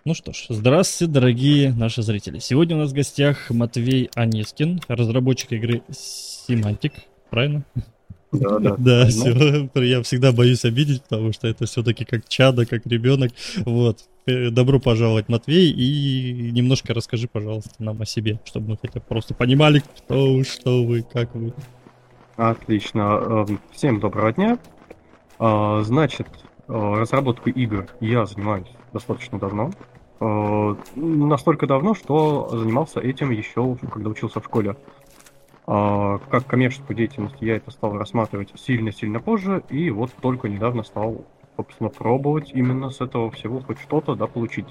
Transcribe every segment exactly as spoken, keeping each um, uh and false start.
Ну что ж, здравствуйте, дорогие наши зрители. Сегодня у нас в гостях Матвей Анискин, разработчик игры Semantic, правильно? Да, да, Да, правильно. все. Я всегда боюсь обидеть, потому что это все-таки как чадо, как ребенок. Вот. Э, Добро пожаловать, Матвей, и немножко расскажи, пожалуйста, нам о себе, чтобы мы хотя бы просто понимали, кто вы, что вы, как вы. Отлично. Эм, Всем доброго дня. А, Значит, э, разработкой игр я занимаюсь достаточно давно. Э, Настолько давно, что занимался этим еще, когда учился в школе. А, Как коммерческую деятельность я это стал рассматривать сильно-сильно позже, и вот только недавно стал, собственно, пробовать именно с этого всего хоть что-то, да, получить.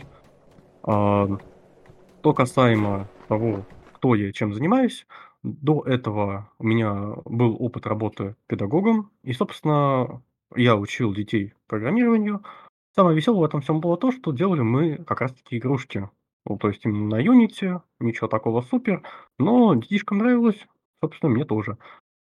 А, Что касаемо того, кто я и чем занимаюсь, до этого у меня был опыт работы педагогом, и, собственно, я учил детей программированию. Самое веселое в этом всем было то, что делали мы как раз-таки игрушки. Ну, то есть именно на Unity, ничего такого супер, но детишкам нравилось, собственно, мне тоже.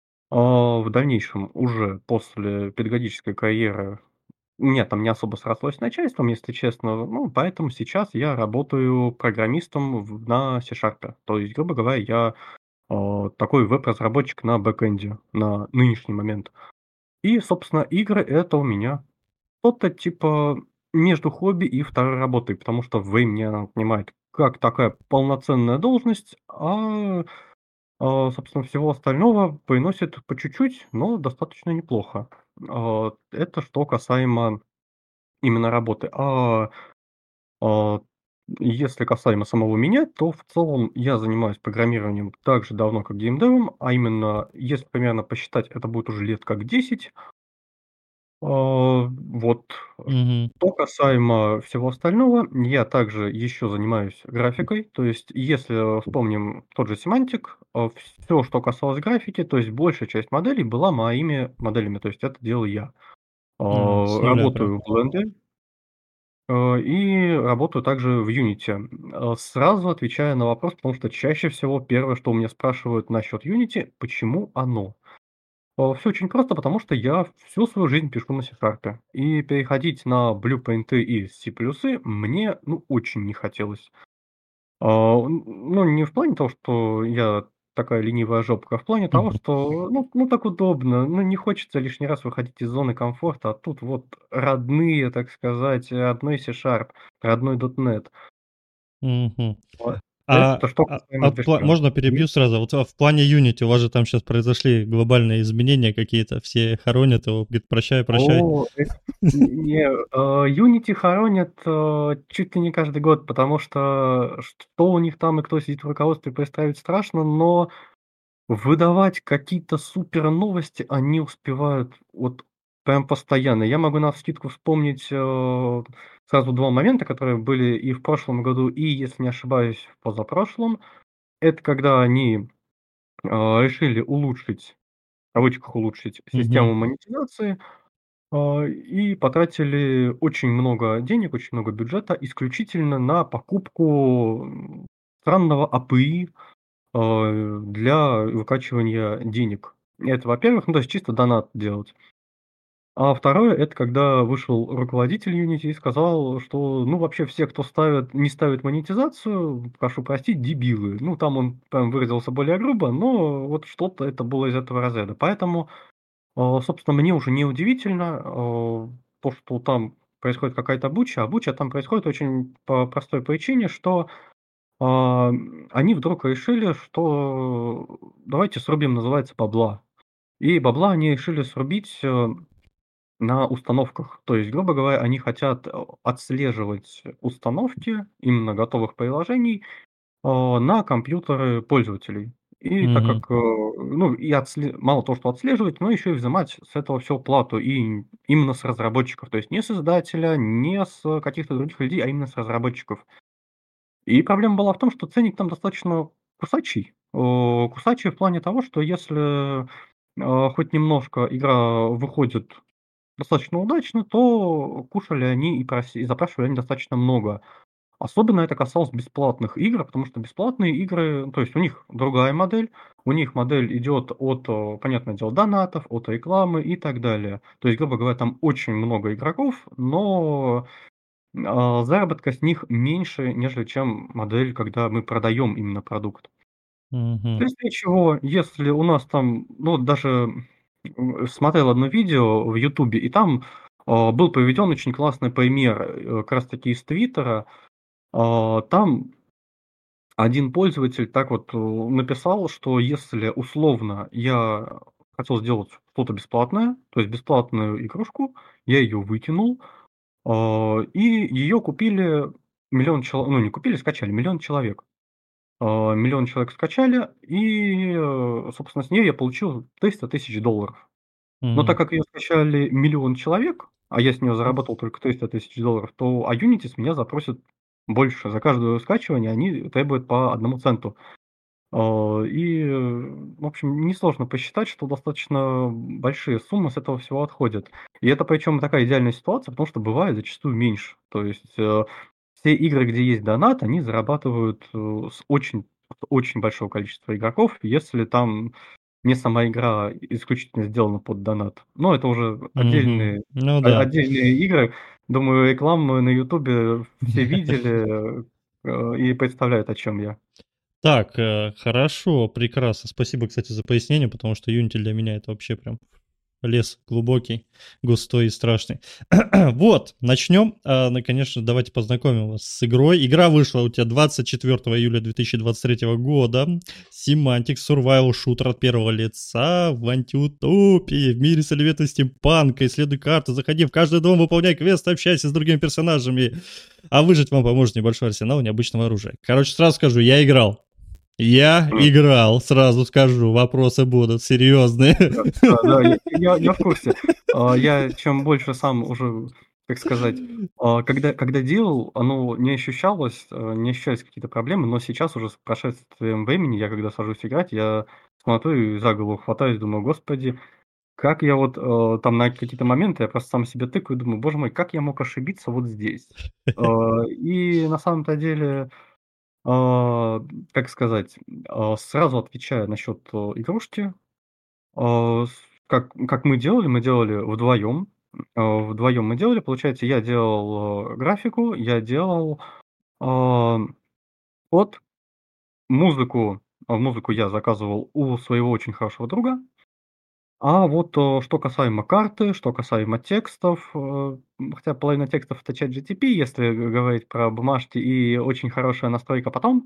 А в дальнейшем, уже после педагогической карьеры, нет, там не особо срослось с начальством, если честно. Ну, поэтому сейчас я работаю программистом в на C-Sharp. То есть, грубо говоря, я, а, такой веб-разработчик на бэкэнде на нынешний момент. И, собственно, игры- это у меня что-то типа между хобби и второй работой, потому что времени она отнимает как такая полноценная должность, а, а, собственно, всего остального приносит по чуть-чуть, но достаточно неплохо. А, это что касаемо именно работы. А, а, Если касаемо самого меня, то в целом я занимаюсь программированием так же давно, как геймдевом, а именно, если примерно посчитать, это будет уже лет как десять. А, вот. Мгм. Что касаемо всего остального, я также еще занимаюсь графикой. То есть, если вспомним тот же Semantic, все, что касалось графики, то есть большая часть моделей была моими моделями, то есть это делал я. А, А, с нуля прям. Работаю в Blender. Э, и работаю также в Unity. Э, сразу отвечая на вопрос, потому что чаще всего первое, что у меня спрашивают насчет Unity: почему оно? Все очень просто, потому что я всю свою жизнь пишу на C-Sharp, и переходить на Blueprint и C++ мне, ну, очень не хотелось. А, н ну, не в плане того, что я такая ленивая жопка, а в плане того, что, ну ну, так удобно, ну, не хочется лишний раз выходить из зоны комфорта, а тут вот родные, так сказать, родной C-Sharp, родной .дот нет. Мгм. Вот. А, Это что а, касаемо а в пла движка. можно перебью сразу? Вот, а в плане Unity у вас же там сейчас произошли глобальные изменения какие-то, все хоронят его, говорит: "Прощай, прощай". О, эт не, а, Unity хоронят, а, чуть ли не каждый год, потому что что у них там и кто сидит в руководстве, представить страшно, но выдавать какие-то супер новости они успевают вот прям постоянно. Я могу навскидку вспомнить, э, сразу два момента, которые были и в прошлом году, и, если не ошибаюсь, в позапрошлом. Это когда они, а, решили улучшить, в кавычках "улучшить" Мгм. систему монетизации. А, и потратили очень много денег, очень много бюджета исключительно на покупку, м, странного A P I, а, для выкачивания денег. Это, во-первых, ну, то есть чисто донат делать. А второе- это когда вышел руководитель Unity и сказал, что, ну, вообще все, кто ставит не ставит монетизацию, прошу простить, дебилы. Ну, там он прям выразился более грубо, но вот что-то это было из этого разряда. Поэтому а, собственно, мне уже не удивительно, а, то, что там происходит какая-то буча, а буча там происходит очень по простой причине, что, а, они вдруг решили, что давайте срубим, называется, бабла. И бабла они решили срубить, э, на установках. То есть, грубо говоря, они хотят, э, отслеживать установки именно готовых приложений, а, на компьютеры пользователей. И так Мгм. как, э, ну, и отсле мало того, что отслеживать, но еще и взимать с этого всё плату, и именно с разработчиков. То есть не с издателя, не с каких-то других людей, а именно с разработчиков. И проблема была в том, что ценник там достаточно кусачий. Э, кусачий в плане того, что если, э, хоть немножко игра выходит достаточно удачно, то кушали они и проси и запрашивали они достаточно много. Особенно это касалось бесплатных игр, потому что бесплатные игры, ну, то есть у них другая модель, у них модель идет от, э, понятное дело, донатов, от рекламы и так далее. То есть, грубо говоря, там очень много игроков, но а, заработка с них меньше, нежели чем модель, когда мы продаем именно продукт. Мгм. Вследствие чего, если у нас там, ну, вот даже, м, смотрел одно видео в "Ютубе", и там, а, был приведен очень классный пример, э, как раз таки из "Твиттера". А, там один пользователь так вот, э, написал, что если условно я хотел сделать что-то бесплатное, то есть бесплатную игрушку, я ее выкинул, а, и ее купили миллион чело ну, не купили, скачали миллион человек. А, миллион человек скачали, и, э, собственно, с нее я получил триста тысяч долларов. Но так Мгм. как ее скачали миллион человек, а я с нее заработал только триста тысяч долларов, то а Unity с меня запросит больше. За каждое скачивание они требуют по одному центу. А, и, э, в общем, несложно посчитать, что достаточно большие суммы с этого всего отходят. И это причем такая идеальная ситуация, потому что бывает зачастую меньше. То есть, э, все игры, где есть донат, они зарабатывают, э, с очень с очень большого количества игроков, если там не сама игра исключительно сделана под донат. Но это уже Мгм. отдельные Ну о да. отдельные игры. Думаю, рекламу на "Ютубе" все видели, э, и представляют, о чем я. Так, э, хорошо, прекрасно. Спасибо, кстати, за пояснение, потому что Unity для меня это вообще прям лес глубокий, густой и страшный. Вот, начнем. А, ну, конечно, давайте познакомим вас с игрой. Игра вышла у тебя двадцать четвёртого июля две тысячи двадцать третьего года. Semantic Survival Shooter от первого лица в антиутопии, в мире с элементами стимпанка. Исследуй карты, заходи в каждый дом, выполняй квесты, общайся с другими персонажами. А выжить вам поможет небольшой арсенал необычного оружия. Короче, сразу скажу, я играл. Я М. играл, сразу скажу, вопросы будут серьезные. Да, да, я я я в курсе. А, я чем больше сам уже, как сказать, а, когда когда делал, оно не ощущалось, э, не ощущались какие-то проблемы, но сейчас уже с прошествием времени, я когда сажусь играть, я смотрю и за голову хватаюсь, думаю: "Господи, как я вот", э, там на какие-то моменты я просто сам себе тыкаю и думаю: "Боже мой, как я мог ошибиться вот здесь?" А, и на самом-то деле, а, как сказать, а, сразу отвечая насчет, э, игрушки. А, с как как мы делали, мы делали вдвоем. А, вдвоем мы делали. Получается, я делал, э, графику, я делал, а, код, музыку. А, музыку я заказывал у своего очень хорошего друга. А вот, э, что касаемо карты, что касаемо текстов, э, м, хотя половина текстов- это ChatGPT, если г говорить про бумажки, и очень хорошая настройка потом.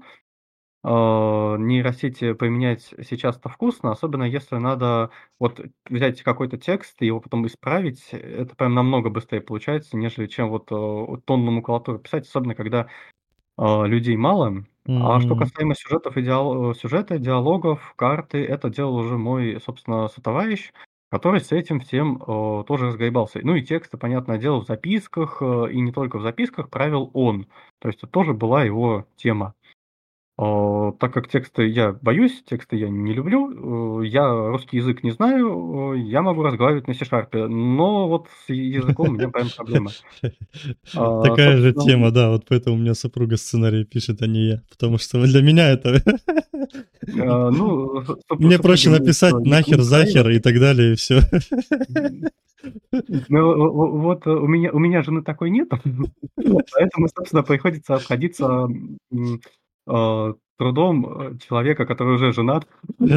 А, нейросети применять сейчас-то вкусно, особенно если надо вот взять какой-то текст и его потом исправить. Это прям намного быстрее получается, нежели чем вот, э, вот тонну макулатуры писать, особенно когда, а, людей мало. А что М, касаемо сюжетов и диал э, сюжета, диалогов, карты, это делал уже мой, собственно, сотоварищ, который с этим всем, э, тоже разгребался. Ну и тексты, понятное дело, в записках, э, и не только в записках правил он. То есть это тоже была его тема. А, так как тексты я боюсь, тексты я не люблю, э, я русский язык не знаю, э, я могу разговаривать на C-шарпе, но вот с языком у меня прям проблема. А, Такая же собственно, тема, да, вот поэтому у меня супруга сценарий пишет, а не я, потому что для меня это а, ну, с суп мне супруги проще мои что, написать не не нахер, Украина? захер и так далее, и все. М, ну, во во вот э, у меня у меня жены такой нету, поэтому, собственно, приходится обходиться, м, а, трудом, э, человека, который уже женат.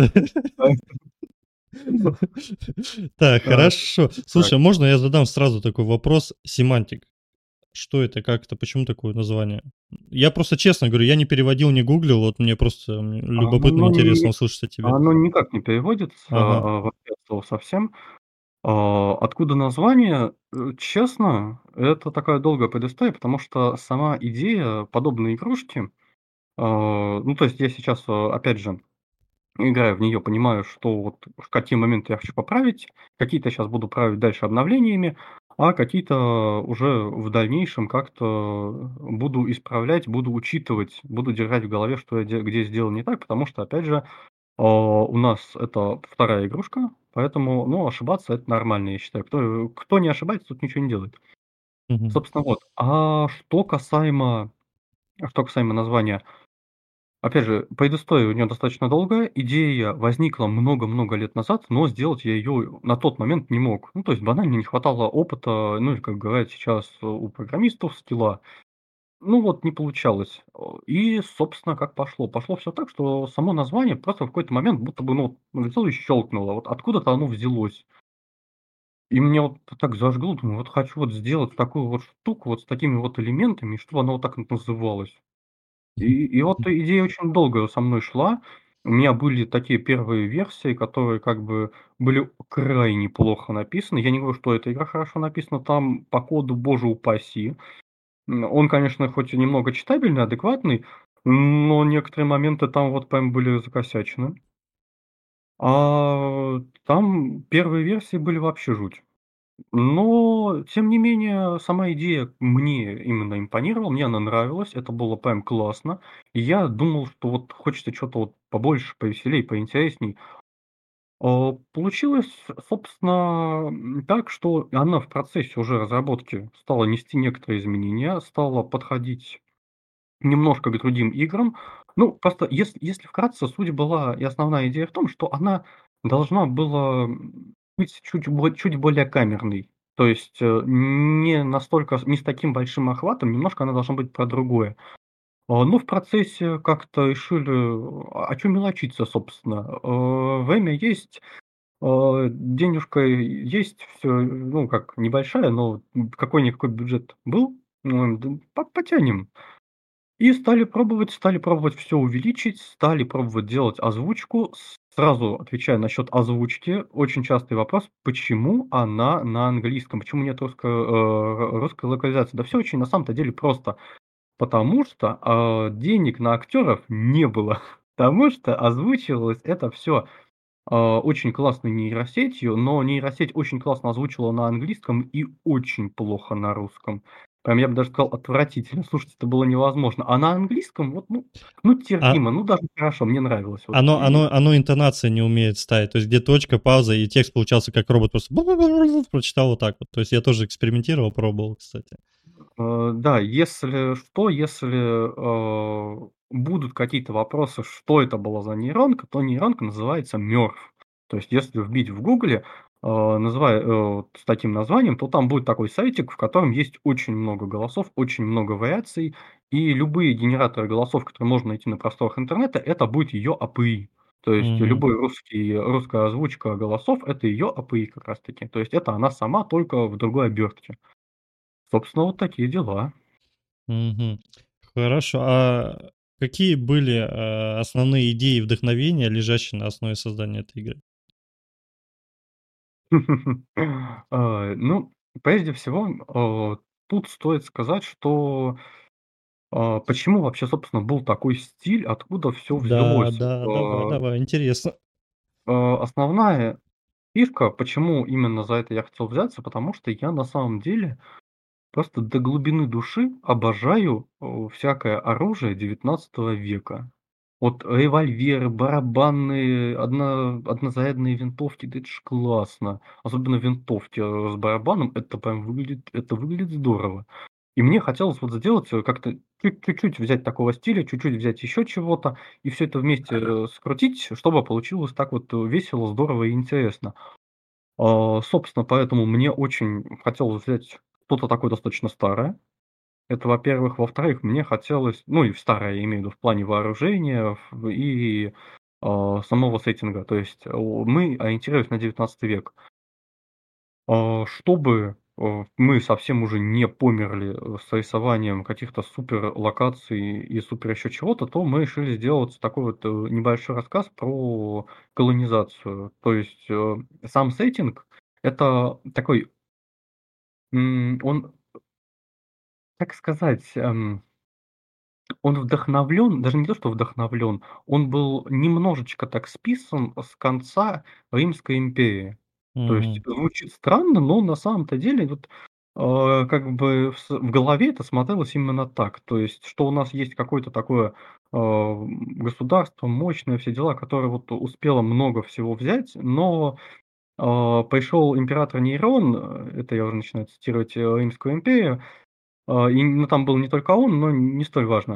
Так, А, хорошо. так. Слушай, а можно я задам сразу такой вопрос? Семантик. Что это, как это, почему такое название? Я просто честно говорю, я не переводил, не гуглил, вот мне просто м, любопытно, Оно интересно не услышать от тебя. оно никак не переводится, Ага. а, вообще от слова совсем. А, откуда название? Э, честно, это такая долгая предыстория, потому что сама идея подобной игрушки, а, ну, то есть я сейчас, а, опять же, играя в нее, понимаю, что вот в какие моменты я хочу поправить, какие-то сейчас буду править дальше обновлениями, а какие-то уже в дальнейшем как-то буду исправлять, буду учитывать, буду держать в голове, что я де где сделал не так, потому что, опять же, а, у нас это вторая игрушка, поэтому, ну, ошибаться- это нормально, я считаю. Кто кто не ошибается, тот ничего не делает. Мгм. Собственно, вот. А что касаемо а что касаемо названия. Опять же, предыстория у неё достаточно долгая. Идея возникла много-много лет назад, но сделать я её на тот момент не мог. Ну, то есть банально не хватало опыта, ну, или, как говорят сейчас у программистов, скилла. Ну, вот не получалось. О, и, собственно, как пошло. Пошло всё так, что само название просто в какой-то момент будто бы, ну, взяло и щелкнуло. Вот откуда-то оно взялось. И меня вот так зажгло, думаю, вот хочу вот сделать такую вот штуку, вот с такими вот элементами, и чтобы оно вот так вот называлось. И и вот идея очень долго со мной шла. У меня были такие первые версии, которые как бы были крайне плохо написаны. Я не говорю, что эта игра хорошо написана, там по коду, боже упаси. М, он, конечно, хоть и немного читабельный, адекватный, но некоторые моменты там вот прям были закосячены. А, там первые версии были вообще жуть. Но, тем не менее, сама идея мне именно импонировала, мне она нравилась, это было прям классно. И я думал, что вот хочется чё-то вот побольше, повеселей, поинтересней. А, получилось, собственно, м, так, что она в процессе уже разработки стала нести некоторые изменения, стала подходить немножко к другим играм. Ну, просто если если вкратце, суть была и основная идея в том, что она должна была, м, быть чуть бо чуть более камерной. То есть, э, не настолько, не с таким большим охватом, немножко она должна быть про другое. А, но в процессе как-то решили, а чё мелочиться, собственно. Э, время есть, а, денежка есть, всё, ну, как небольшая, но какой-никакой бюджет был. М, д по потянем. И стали пробовать, стали пробовать всё увеличить, стали пробовать делать озвучку. Сразу отвечая насчет озвучки, очень частый вопрос: почему она на английском? Почему нет русско э, русской локализации? Да всё очень на самом-то деле просто. Потому что, а, денег на актеров не было. Потому что озвучивалось это всё, а, очень классной нейросетью, но нейросеть очень классно озвучивала на английском и очень плохо на русском. Прям я бы даже сказал, отвратительно. Слушать это было невозможно. А на английском вот, ну ну, А терпимо, ну, даже хорошо, мне нравилось вот. Оно И оно оно интонации не умеет ставить. То есть где точка, пауза, и текст получался как робот просто прочитал вот так вот. То есть я тоже экспериментировал, пробовал, кстати. Э, да, если что, если, а, будут какие-то вопросы, что это была за нейронка, то нейронка называется мёрф. То есть если вбить в гугле, а, называя, э, с таким названием, то там будет такой сайтик, в котором есть очень много голосов, очень много вариаций, и любые генераторы голосов, которые можно найти на просторах интернета, это будет её эй пи ай. То есть Мгм. любой русский русская озвучка голосов- это её эй пи ай как раз таки. То есть это она сама, только в другой обертке. Собственно, вот такие дела. Мгм. Хорошо. А какие были, а, основные идеи вдохновения, лежащие на основе создания этой игры? А, ну, прежде всего, а, тут стоит сказать, что, а, почему вообще, собственно, был такой стиль, откуда всё Да, взялось. да, давай, А давай, интересно. а, основная фишка, почему именно за это я хотел взяться, потому что я на самом деле просто до глубины души обожаю, э, всякое оружие девятнадцатого века. Вот револьверы, барабанные, одно однозарядные винтовки- да это ж классно. Особенно винтовки, э, с барабаном- это прям выглядит это выглядит здорово. И мне хотелось вот сделать, э, как-то чуть чуть-чуть взять такого стиля, чуть-чуть взять еще чего-то и всё это вместе, э, скрутить, чтобы получилось так вот весело, здорово и интересно. А, собственно, поэтому мне очень хотелось взять что-то такое достаточно старое. Это, во-первых. Во-вторых, мне хотелось, ну, и в старое, я имею в виду в плане вооружения ф и, а, самого сеттинга. То есть, о мы ориентировались на девятнадцатый век. А, чтобы, э, мы совсем уже не померли, э, с рисованием каких-то супер локаций и супер еще чего-то, то мы решили сделать такой вот, э, небольшой рассказ про колонизацию. То есть, э, сам сеттинг- это такой м, он как сказать, эм он вдохновлен, даже не то что вдохновлен, он был немножечко так списан с конца Римской империи. То есть Мгм. звучит странно, но на самом-то деле вот, а, как бы в с в голове это смотрелось именно так. То есть, что у нас есть какое-то такое, а, государство мощное, все дела, которое вот успело много всего взять, но, а, пришел император Нейрон, э, это я уже начинаю цитировать, э, Римскую империю, а, и, ну, там был не только он, но не столь важно.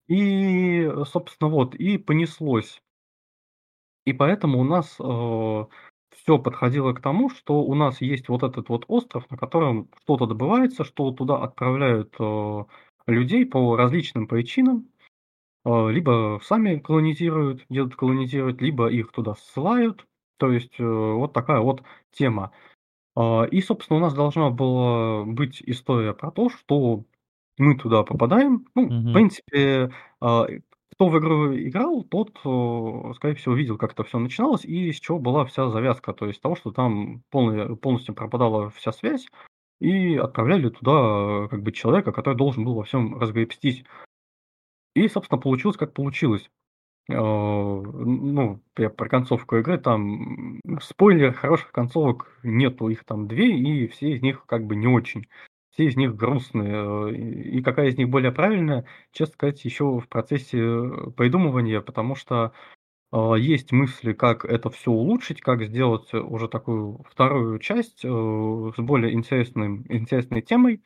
И, собственно, вот, и понеслось. И поэтому у нас, э, всё подходило к тому, что у нас есть вот этот вот остров, на котором что-то добывается, что туда отправляют, э, людей по различным причинам. Э, либо сами колонизируют, едут колонизировать, либо их туда ссылают. То есть, э, вот такая вот тема. А, и, собственно, у нас должна была быть история про то, что мы туда попадаем. Ну, в Мгм. принципе, а, кто в игру играл, тот, э, скорее всего, видел, как это всё начиналось и из чего была вся завязка. То есть того, что там полная полностью пропадала вся связь и отправляли туда, как бы, человека, который должен был во всем разгребстись. И, собственно, получилось, как получилось. А, н ну, я про концовку игры, там, спойлер: хороших концовок нету, их там две, и все из них как бы не очень. Все из них грустные. Э, и какая из них более правильная, честно сказать, еще в процессе, э, придумывания, потому что, а, есть мысли, как это всё улучшить, как сделать уже такую вторую часть, э, с более интересным интересной темой.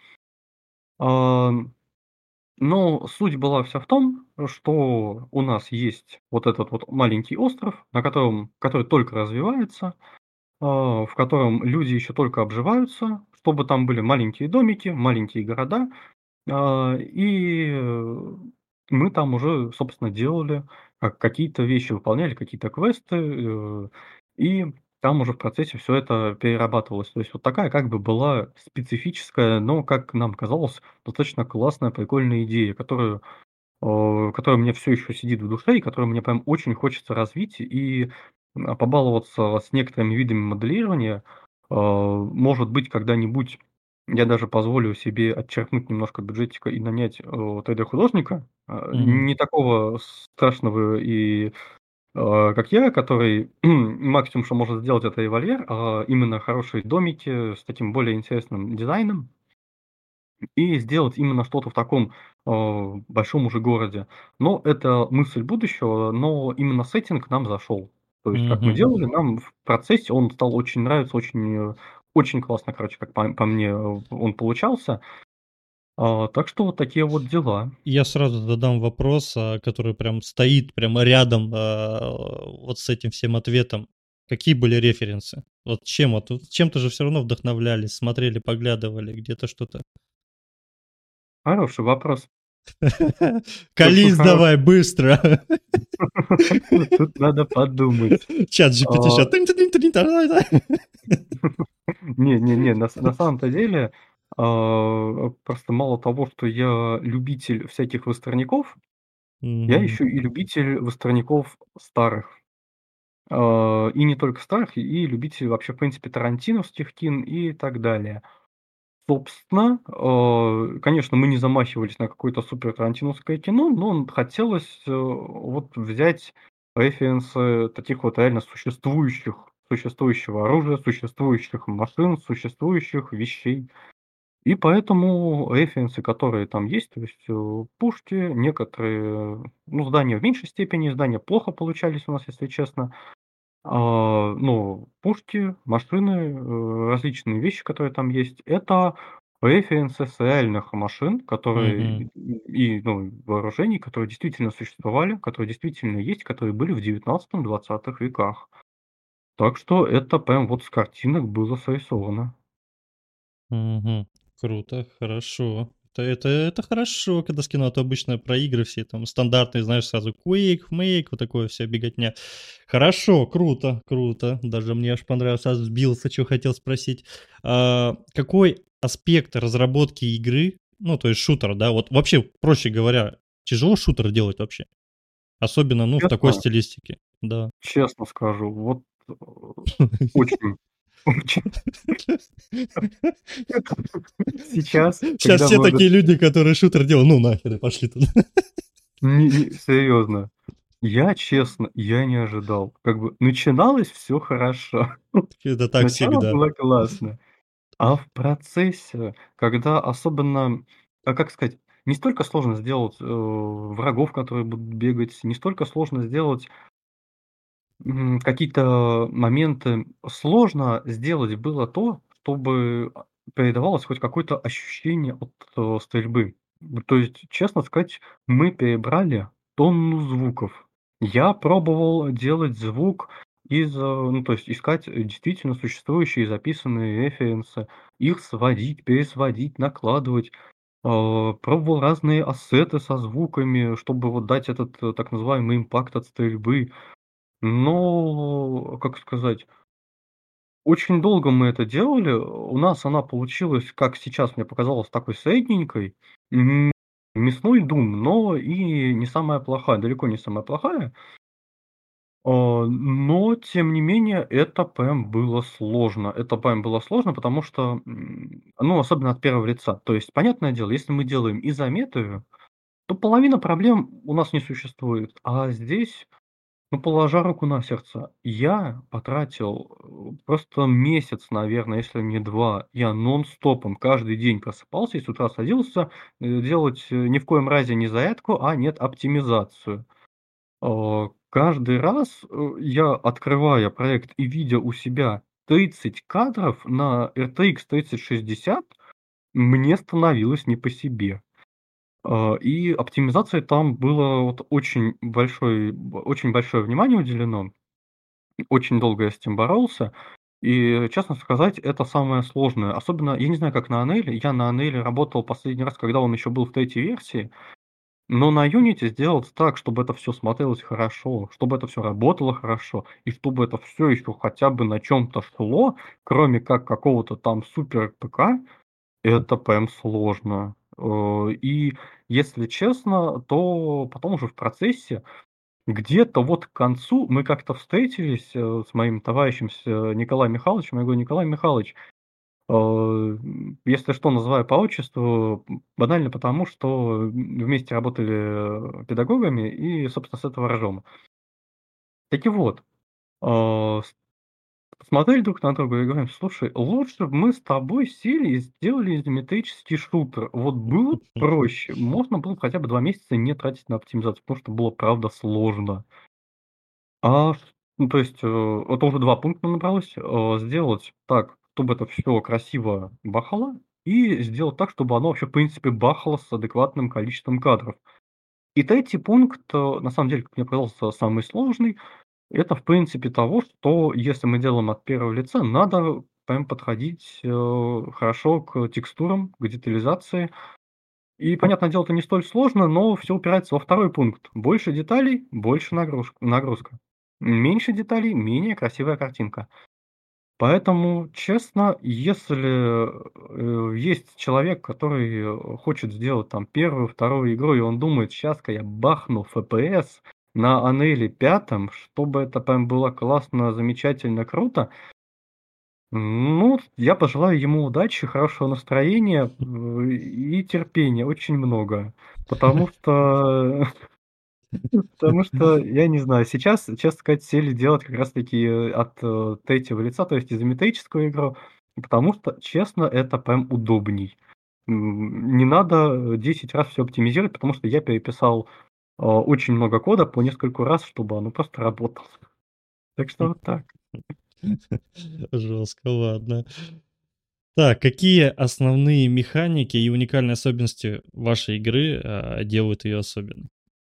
Ам, но суть была вся в том, что у нас есть вот этот вот маленький остров, на котором который только развивается, а, в котором люди еще только обживаются, чтобы там были маленькие домики, маленькие города. А, и, э, мы там уже, собственно, делали, как какие-то вещи выполняли, какие-то квесты, э, и там уже в процессе всё это перерабатывалось. То есть вот такая как бы была специфическая, но, как нам казалось, достаточно классная, прикольная идея, которую, э, которая мне всё еще сидит в душе и которую мне прям очень хочется развить и, а, побаловаться с некоторыми видами моделирования. А, может быть, когда-нибудь я даже позволю себе отчеркнуть немножко бюджетика и нанять, э, три дэ-художника. А, Мгм. не такого страшного и, а, как я, который максимум, что может сделать, это револьвер, а именно хорошие домики с таким более интересным дизайном. И сделать именно что-то в таком, а, большом уже городе. Но это мысль будущего, но именно сеттинг нам зашел. То есть как мы Мгм. делали, нам в процессе он стал очень нравиться, очень, э, очень классно, короче, как по по мне, э, он получался. А, так что вот такие вот дела. Я сразу задам вопрос, а, который прям стоит прямо рядом, а, вот с этим всем ответом. Какие были референсы? Вот чем вот, вот чем-то же всё равно вдохновлялись, смотрели, поглядывали, где-то что-то? Хороший вопрос. Тут тут Колись хоро давай быстро! тут надо подумать. Чат джи пи ти А щас тынь тыдынь тыдынь та-ра-ра-ра. Не не не, на на самом-то деле, а, просто мало того, что я любитель всяких вестерняков, я Мгм. еще и любитель вестерняков старых. А, и не только старых, и любитель вообще, в принципе, тарантиновских кин и так далее. Собственно, а, конечно, мы не замахивались на какое-то супер тарантиновское кино, но хотелось, э, вот взять референсы таких вот реально существующих существующего оружия, существующих машин, существующих вещей. И поэтому референсы, которые там есть, то есть, э, пушки, некоторые, ну, здания в меньшей степени, здания плохо получались у нас, если честно. А, но пушки, машины, э, различные вещи, которые там есть- это референсы с реальных машин, Мгм. которые и, ну, вооружений, которые действительно существовали, которые действительно есть, которые были в девятнадцатом двадцатых веках. Так что это прям вот с картинок было срисовано. Мгм. Круто, хорошо. Это это это хорошо, когда с кино, а то обычно про игры все там стандартные, знаешь, сразу Quake, Make, вот такое вся беготня. Хорошо, круто, круто. Даже мне аж понравилось, аж сбился, чё хотел спросить. А, какой аспект разработки игры, ну, то есть шутера, да, вот вообще, проще говоря, тяжело шутер делать вообще? Особенно, ну, в такой Честно стилистике, да. честно скажу, вот, э, очень очень. Сейчас, Щас когда все мы вот такие люди, которые шутер делают: "Ну нахер, и пошли туда". Не не, серьезно. Я, честно, я не ожидал. Как бы начиналось всё хорошо. Это так Начало всегда. было классно. А в процессе, когда особенно, а как сказать, не столько сложно сделать, э, врагов, которые будут бегать, не столько сложно сделать м, какие-то моменты. Сложно сделать было то, чтобы, а, передавалось хоть какое-то ощущение от, э, стрельбы. М, то есть, честно сказать, мы перебрали тонну звуков. Я пробовал делать звук из, э, ну, то есть искать, э, действительно существующие записанные референсы, их сводить, пересводить, накладывать. А, пробовал разные ассеты со звуками, чтобы вот дать этот, э, так называемый импакт от стрельбы. Но, как сказать, очень долго мы это делали. У нас она получилась, как сейчас мне показалось, такой средненькой. М, мясной дум, но и не самая плохая, далеко не самая плохая. А, но тем не менее, это прям было сложно. Это прям было сложно, потому что, м, ну, особенно от первого лица. То есть, понятное дело, если мы делаем изометрию, то половина проблем у нас не существует. А здесь, ну, положа руку на сердце, я потратил, э, просто месяц, наверное, если не два. Я нон-стопом каждый день просыпался и с утра садился, э, делать, э, ни в коем разе не зарядку, а нет, оптимизацию. А, каждый раз, э, я, открывая проект и видя у себя тридцать кадров на эр тэ икс тридцать шестьдесят, мне становилось не по себе. А, и оптимизации там было вот очень большой б очень большое внимание уделено. Очень долго я с этим боролся. И, честно сказать, это самое сложное. Особенно, я не знаю, как на Unreal. Я на Unreal работал последний раз, когда он еще был в третьей версии. Но на Unity сделать так, чтобы это все смотрелось хорошо, чтобы это все работало хорошо, и чтобы это все еще хотя бы на чем то шло, кроме как какого-то там супер ПК, это прям сложно. Э, и если честно, то потом уже в процессе, где-то вот к концу мы как-то встретились, э, с моим товарищем, с, э, Николаем Михайловичем. Я говорю: "Николай Михайлович, э, м, если что, называю по отчеству, м, банально потому, что, м, вместе работали, э, педагогами и, собственно, с этого рожон". Так и вот, а, с посмотрели друг на друга и говорим: "Слушай, лучше б мы с тобой сели и сделали изометрический шутер. Вот было б проще. Можно было б хотя бы два месяца не тратить на оптимизацию, потому что было правда сложно". А, ш ну, то есть, э, это уже два пункта набралось. Э, сделать так, чтобы это все красиво бахало, и сделать так, чтобы оно вообще, в принципе, бахало с адекватным количеством кадров. И третий пункт, э, на самом деле, как мне показался, самый сложный. Это, в принципе, того, что если мы делаем от первого лица, надо прям подходить, э, хорошо к текстурам, к детализации. И, понятное дело, это не столь сложно, но все упирается во второй пункт. Больше деталей — больше нагруж нагрузка. Меньше деталей — менее красивая картинка. Поэтому, честно, если, э, есть человек, который, э, хочет сделать там первую, вторую игру, и он думает: "Щас-ка я бахну эф пи эс на Unreal пять, чтобы это прям было классно, замечательно, круто". Ну, я пожелаю ему удачи, хорошего настроения, в и терпения очень много. Потому что потому что, я не знаю, сейчас, честно сказать, сели делать как раз таки, э, от, э, третьего лица, то есть изометрическую игру, потому что, честно, это прям удобней. М, не надо, э, десять раз все оптимизировать, потому что я переписал, а, очень много кода по нескольку раз, чтобы оно просто работало. Так что вот так. Жестко, ладно. Так, какие основные механики и уникальные особенности вашей игры, а, делают ее особенной?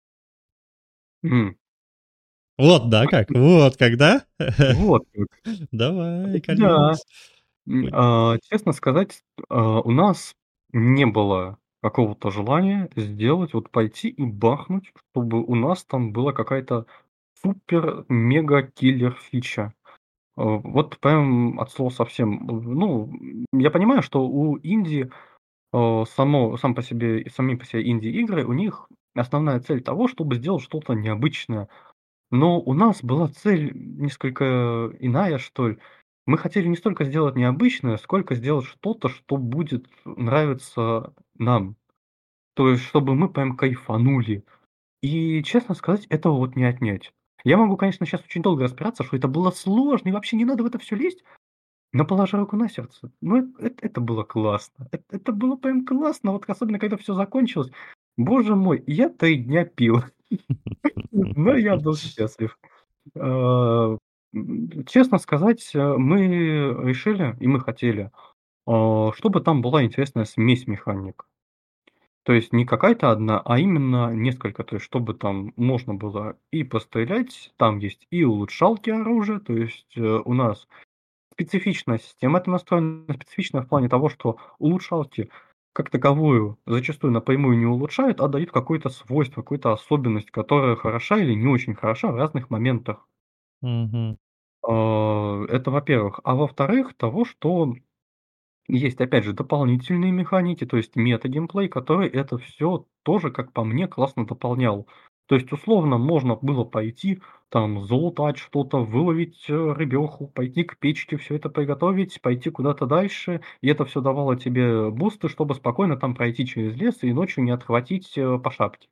М, Вот, да, как? Вот как, да? вот как. Давай, Да. колись. М, Ой. а, честно сказать, а, у нас не было какого-то желания сделать, вот пойти и бахнуть, чтобы у нас там была какая-то супер мега киллер фича. А, вот прям от слова совсем. Ну, я понимаю, что у инди, а, само сам по себе сами по себе инди-игры, у них основная цель того, чтобы сделать что-то необычное. Но у нас была цель несколько иная, что ли. Мы хотели не столько сделать необычное, сколько сделать что-то, что будет нравиться нам. То есть, чтобы мы прям кайфанули. И, честно сказать, этого вот не отнять. Я могу, конечно, сейчас очень долго разбираться, что это было сложно, и вообще не надо в это все лезть, но положа руку на сердце, ну, эт эт это было классно. Эт это было прям классно, вот особенно когда все закончилось. Боже мой, я три дня пил, но я был счастлив. А, м, честно сказать, э, мы решили, и мы хотели, а, чтобы там была интересная смесь механик. То есть не какая-то одна, а именно несколько. То есть чтобы там можно было и пострелять, там есть и улучшалки оружия. То есть, э, у нас специфичная система эта настроена, специфичная в плане того, что улучшалки как таковую зачастую напрямую не улучшают, а дают какое-то свойство, какую-то особенность, которая хороша или не очень хороша в разных моментах. Мгм. А, это во-первых. А во-вторых, того, что есть, опять же, дополнительные механики, то есть мета-геймплей, который это все тоже, как по мне, классно дополнял. То есть, условно, можно было пойти, там, залутать что-то, выловить, э, рыбеху, пойти к печке, все это приготовить, пойти куда-то дальше. И это все давало тебе бусты, чтобы спокойно там пройти через лес и ночью не отхватить, э, по шапке.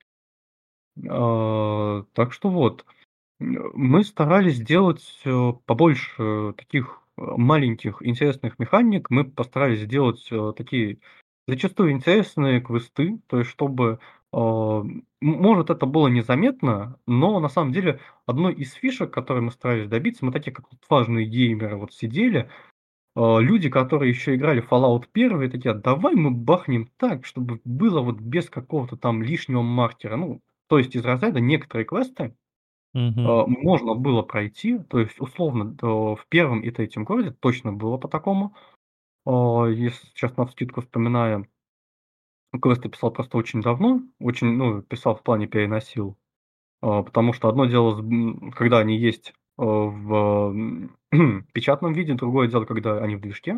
А, так что вот. М, мы старались сделать, э, побольше таких, э, маленьких интересных механик. Мы постарались сделать, э, такие зачастую интересные квесты, то есть чтобы, а, м, может, это было незаметно, но на самом деле одной из фишек, которые мы старались добиться, мы такие, как вот важные геймеры, вот сидели, а, люди, которые еще играли в Fallout один, такие: "А давай мы бахнем так, чтобы было вот без какого-то там лишнего маркера". Ну, то есть из разряда некоторые квесты Мгм. а, можно было пройти, то есть, условно, то в первом и третьем городе точно было по такому. А, если сейчас навскидку вспоминаю, квесты писал просто очень давно, очень, ну, писал в плане переносил, а, потому что одно дело, с м, когда они есть, а, в, м, печатном виде, другое дело, когда они в движке.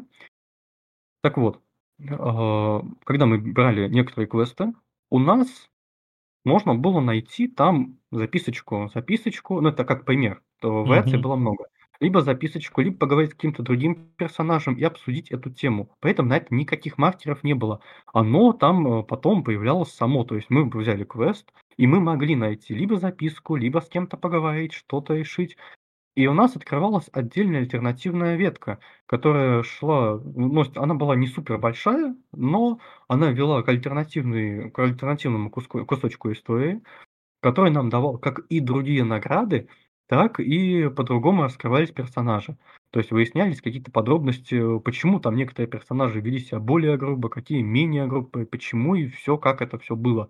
Так вот, а, когда мы брали некоторые квесты, у нас можно было найти там записочку записочку, ну, это как пример, то вариаций Мгм. было много. Либо записочку, либо поговорить с каким-то другим персонажем и обсудить эту тему. При этом на это никаких маркеров не было. Оно там, э, потом появлялось само. То есть мы бы взяли квест, и мы могли найти либо записку, либо с кем-то поговорить, что-то решить. И у нас открывалась отдельная альтернативная ветка, которая шла, ну, с она была не супер большая, но она вела к альтернативной к альтернативному куску кусочку истории, который нам давал как и другие награды, так и по-другому раскрывались персонажи. То есть выяснялись какие-то подробности, почему там некоторые персонажи вели себя более грубо, какие менее грубо, почему и все, как это все было.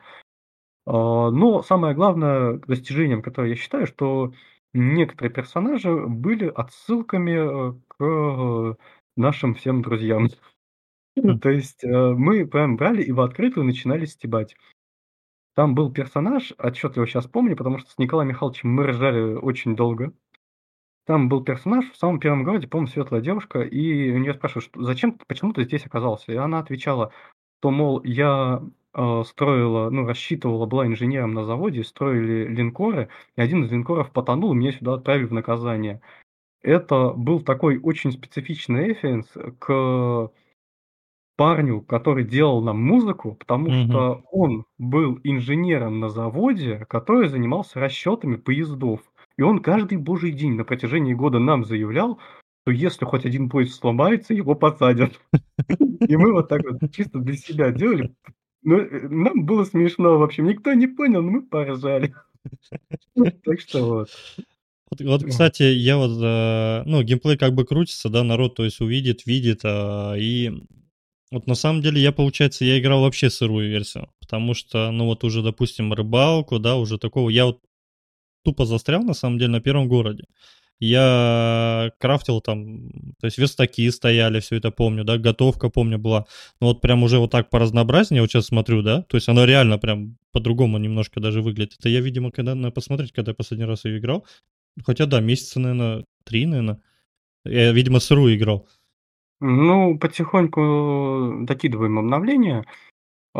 А, но самое главное достижением, которое я считаю, что некоторые персонажи были отсылками, э, к э, нашим всем друзьям. М. То есть, э, мы прям брали и в открытую начинали стебать. Там был персонаж, отчетливо сейчас помню, потому что с Николаем Михайловичем мы ржали очень долго. Там был персонаж в самом первом городе, по-моему, светлая девушка, и у нее спрашивают, что зачем ты, почему ты здесь оказался? И она отвечала, то, мол, я, э, строила, ну, рассчитывала, была инженером на заводе, строили линкоры, и один из линкоров потонул, и меня сюда отправили в наказание. Это был такой очень специфичный референс к парню, который делал нам музыку, потому Мгм. что он был инженером на заводе, который занимался расчетами поездов. И он каждый божий день на протяжении года нам заявлял, что если хоть один поезд сломается, его посадят. И мы вот так вот чисто для себя делали. Ну, э, нам было смешно, в общем, никто не понял, но мы поржали. Так что вот. Вот, вот, М. кстати, я вот, э, ну, геймплей как бы крутится, да, народ, то есть увидит, видит, а, и вот на самом деле я, получается, я играл вообще сырую версию, потому что, ну, вот уже, допустим, рыбалку, да, уже такого, я вот тупо застрял, на самом деле, на первом городе. Я крафтил там, то есть верстаки стояли, все это помню, да, готовка, помню, была. Но вот прям уже вот так по разнообразнее, вот сейчас смотрю, да, то есть оно реально прям по-другому немножко даже выглядит. Это я, видимо, когда надо посмотреть, когда я последний раз ее играл. Хотя да, месяца, наверное, три, наверное. Я, видимо, сырую играл. Ну, потихоньку докидываем обновления. А,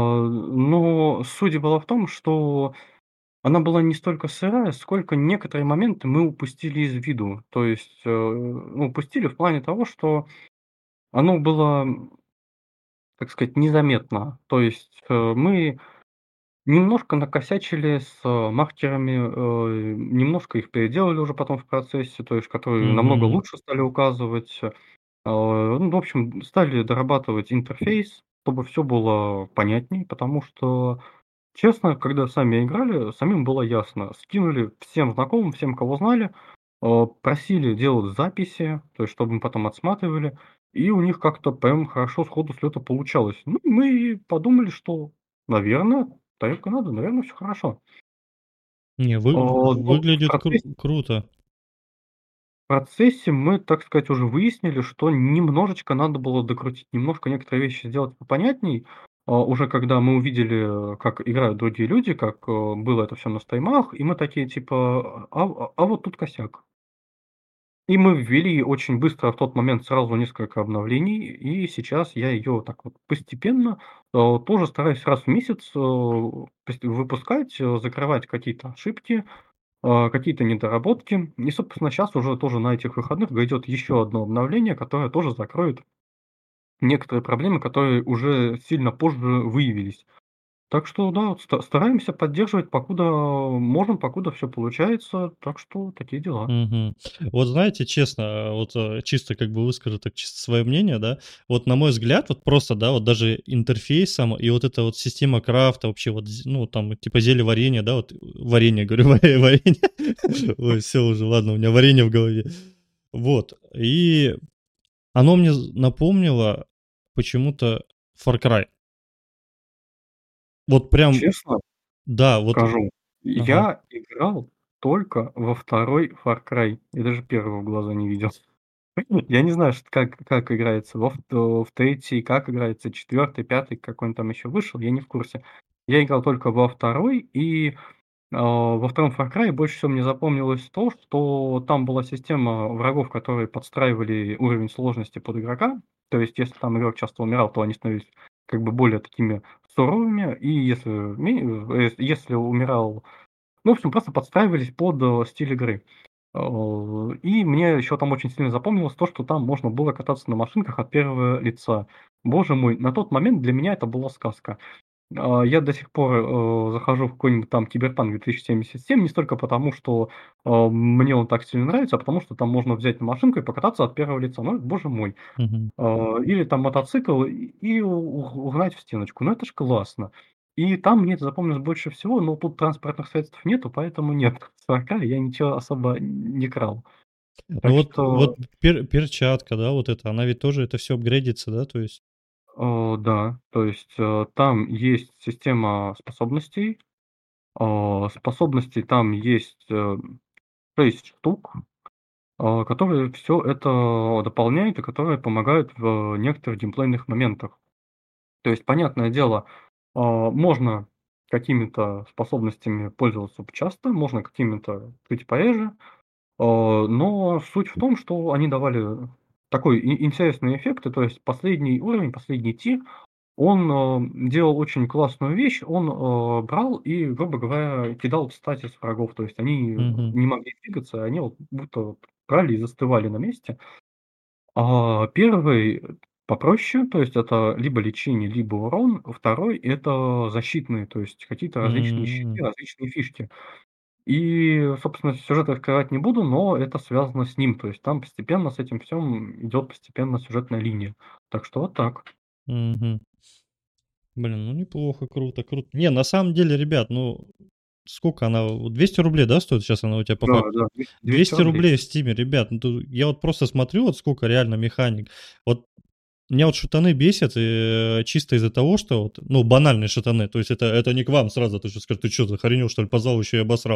но суть была в том, что она была не столько сырая, сколько некоторые моменты мы упустили из виду. То есть, э, ну, упустили в плане того, что оно было, так сказать, незаметно. То есть, э, мы немножко накосячили с э, маркерами, э, немножко их переделали уже потом в процессе, то есть которые намного Мгм. лучше стали указывать. Э, ну, в общем, стали дорабатывать интерфейс, чтобы все было понятней, потому что честно, когда сами играли, самим было ясно. Скинули всем знакомым, всем, кого знали, э, просили делать записи, то есть чтобы мы потом отсматривали, и у них как-то прям хорошо сходу с лета получалось. Ну, мы и подумали, что наверно, так и надо, наверно, всё хорошо. Не, вы А, в но в выглядит кру процессе круто. в процессе мы, так сказать, уже выяснили, что немножечко надо было докрутить, немножко некоторые вещи сделать попонятней. А, уже когда мы увидели, как играют другие люди, как, э, было это всё на стримах, и мы такие типа: "А а а вот тут косяк". И мы ввели очень быстро в тот момент сразу несколько обновлений, и сейчас я её так вот постепенно, э, тоже стараюсь раз в месяц, э, пос выпускать, э, закрывать какие-то ошибки, а, какие-то недоработки. И, собственно, щас уже тоже на этих выходных грядет еще одно обновление, которое тоже закроет некоторые проблемы, которые уже сильно позже выявились. Так что да, вот ста стараемся поддерживать, покуда можем, покуда всё получается. Так что такие дела. Мгм. Вот знаете, честно, а, вот, э, чисто как бы выскажу так чисто свое мнение, да. Вот на мой взгляд, вот просто, да, вот даже интерфейсом и вот эта вот система крафта, вообще вот з ну, там типа зельеварения, да, вот, варенье, говорю, варе варенье. Ой, всё уже, ладно, у меня варенье в голове. Вот, и оно мне з напомнило почему-то Far Cry. Вот прям, Честно да, вот. скажу, Ага. я играл только во второй Far Cry. Я даже первого в глаза не видел. Я не знаю, чт как как играется во в третий, как играется четвертый, пятый, какой он там еще вышел, я не в курсе. Я играл только во второй, и, а, во втором Far Cry больше всего мне запомнилось то, что там была система врагов, которые подстраивали уровень сложности под игрока. То есть, если там игрок часто умирал, то они становились как бы более такими суровыми, и если ме э, если умирал ну, в общем, просто подстраивались под, э, стиль игры. А, и мне еще там очень сильно запомнилось то, что там можно было кататься на машинках от первого лица. Боже мой, на тот момент для меня это была сказка. А, я до сих пор, э, захожу в какой-нибудь там Cyberpunk две тысячи семьдесят семь не столько потому, что, а, мне он так сильно нравится, а потому что там можно взять на машинку и покататься от первого лица. Ну, это боже мой. Мгм. А, или там мотоцикл и и у угнать в стеночку. Ну, это ж классно. И там мне это запомнилось больше всего, но тут транспортных средств нету, поэтому нет, с Far Cry я ничего особо не крал. Ну Так вот что вот пер перчатка, да, вот эта, она ведь тоже это всё апгрейдится, да, то есть? А, да, то есть, э, там есть система способностей. А, способностей там есть, э, шесть штук, а, которые всё это дополняют и которые помогают в некоторых геймплейных моментах. То есть, понятное дело, а, можно какими-то способностями пользоваться часто, можно какими-то чуть пореже. А, но суть в том, что они давали такой и интересный эффект. И то есть последний уровень, последний тир, он, э, делал очень классную вещь. Он, э, брал и, грубо говоря, кидал статис врагов. То есть они Мгм. не могли двигаться, они вот будто вот брали и застывали на месте. А первый попроще, то есть это либо лечение, либо урон. второй это защитные, то есть какие-то различные щиты, М. различные фишки. И, собственно, сюжет раскрывать не буду, но это связано с ним. То есть там постепенно с этим всем идет постепенно сюжетная линия. Так что вот так. Мгм. Блин, ну неплохо, круто круто. Не, на самом деле, ребят, ну сколько она, вот двести рублей, да, стоит щас она у тя по Да, факту? да, двести двести двести рублей. рублей в "Стиме", ребят, ну то я вот просто смотрю, вот сколько реально механик. Вот меня вот шутаны бесят, э, чисто из-за того, что вот, ну, банальные шутаны. То есть это это не к вам сразу, то, что скажут: "Ты чё, охренел, что ли, позвал, еще и обосрал".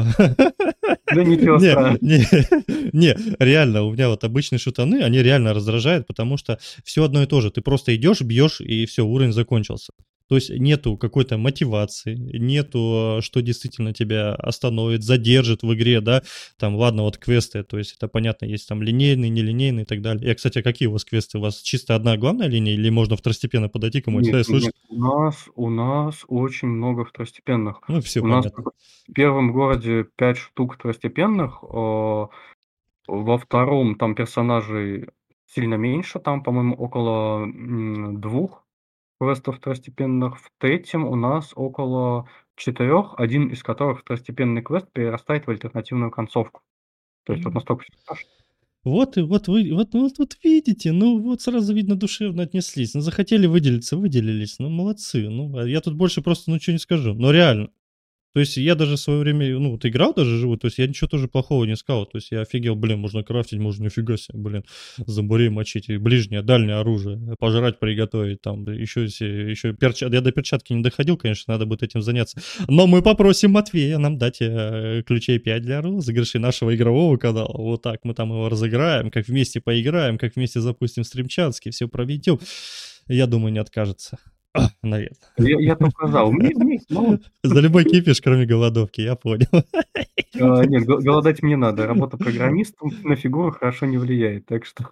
Да ничего Не страшного. не не, реально, у меня вот обычные шутаны, они реально раздражают, потому что всё одно и то же. Ты просто идешь, бьешь, и всё, уровень закончился. То есть нету какой-то мотивации, нету, что действительно тебя остановит, задержит в игре, да. Там, ладно, вот квесты, то есть это понятно, есть там линейные, нелинейные и так далее. Э, кстати, а какие у вас квесты? У вас чисто одна главная линия или можно второстепенно подойти кому-нибудь: Нет "Эй, слышь" нет, у нас у нас очень много второстепенных. Ну, всё У нас понятно. в первом городе пять штук второстепенных, а, во втором там персонажей сильно меньше, там, по-моему, около, м, двух квестов второстепенных. В третьем у нас около четырех, один из которых второстепенный квест перерастает в альтернативную концовку. То есть вот М. настолько всё страшно. Вот и вот вы вот вот вот видите, ну вот сразу видно, душевно отнеслись. Ну, захотели выделиться- выделились. Ну, молодцы. Ну, а я тут больше просто, ну, чё не скажу. Но реально. То есть я даже в свое время, ну, вот играл даже живу, то есть я ничего тоже плохого не сказал. То есть я офигел, блин, можно крафтить, можно нифига себе, блин, зомбарей мочить, и ближнее, дальнее оружие, пожрать, приготовить, там, да еще, если- еще перчатки. Я до перчатки не доходил, конечно, надо будет этим заняться. Но мы попросим Матвея нам дать э, ключей пять для розыгрышей нашего игрового канала. Вот так мы там его разыграем, как вместе поиграем, как вместе запустим стримчатский, все проведем. Я думаю, не откажется. А, наверное. Я, я только за. У меня, у меня есть мало. За любой кипиш, кроме голодовки, я понял. А, нет, го- голодать мне надо. Работа программистом на фигуру хорошо не влияет, так что...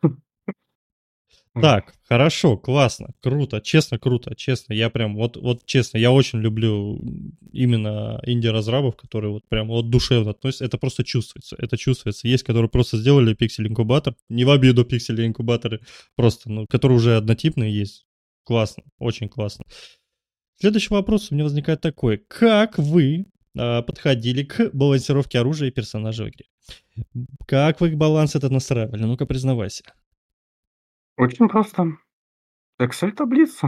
Так, хорошо, классно, круто, честно, круто, честно. Я прям, вот, вот честно, я очень люблю именно инди-разрабов, которые вот прям вот душевно относятся. Это просто чувствуется, это чувствуется. Есть, которые просто сделали пиксель-инкубатор, не в обиду пиксели-инкубаторы, просто, ну, которые уже однотипные есть. Классно, очень классно. Следующий вопрос у меня возникает такой. Как вы а, подходили к балансировке оружия и персонажа в игре? Как вы баланс этот настраивали? Ну-ка, признавайся. Очень просто. Excel-таблица.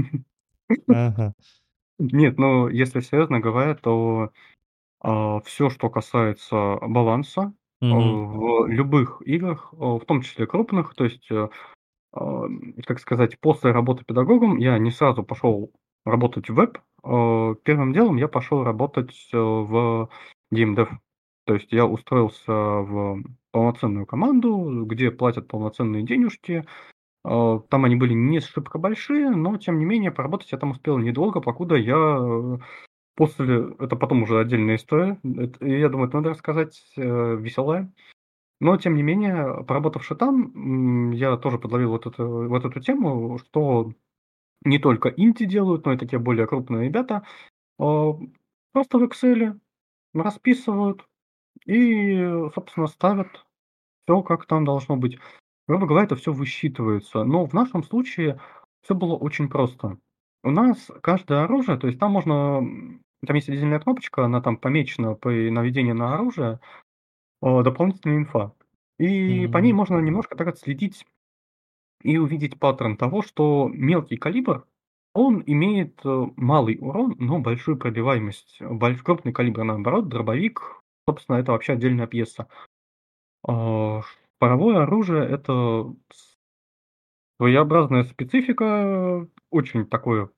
Ага. Нет, ну, если серьезно говоря, то все, что касается баланса, а, Мгм. в любых играх, а, в том числе крупных, то есть, э, ам, как сказать, после работы педагогом я не сразу пошел работать в веб. А, первым делом я пошел работать, э, в геймдев. То есть я устроился в полноценную команду, где платят полноценные денежки. А, там они были не шибко большие, но тем не менее поработать я там успел недолго, покуда я, э, после это потом уже отдельная история. Это, я думаю, это надо рассказать, э, веселая. Но тем не менее, поработавши там, м, я тоже подловил вот эту вот эту тему, что не только инди делают, но и такие более крупные ребята, а, просто в "Экселе" расписывают и, собственно, ставят все, как там должно быть. Грубо говоря, это все высчитывается. Но в нашем случае все было очень просто. У нас каждое оружие, то есть там можно, м, там есть отдельная кнопочка, она там помечена при наведении на оружие, а, дополнительная инфа. И по ней Мгм. можно немножко так отследить и увидеть паттерн того, что мелкий калибр, он имеет, э, малый урон, но большую пробиваемость. Больш крупный калибр, наоборот, дробовик, собственно, это вообще отдельная пьеса. А, паровое оружие — это своеобразная специфика, очень такое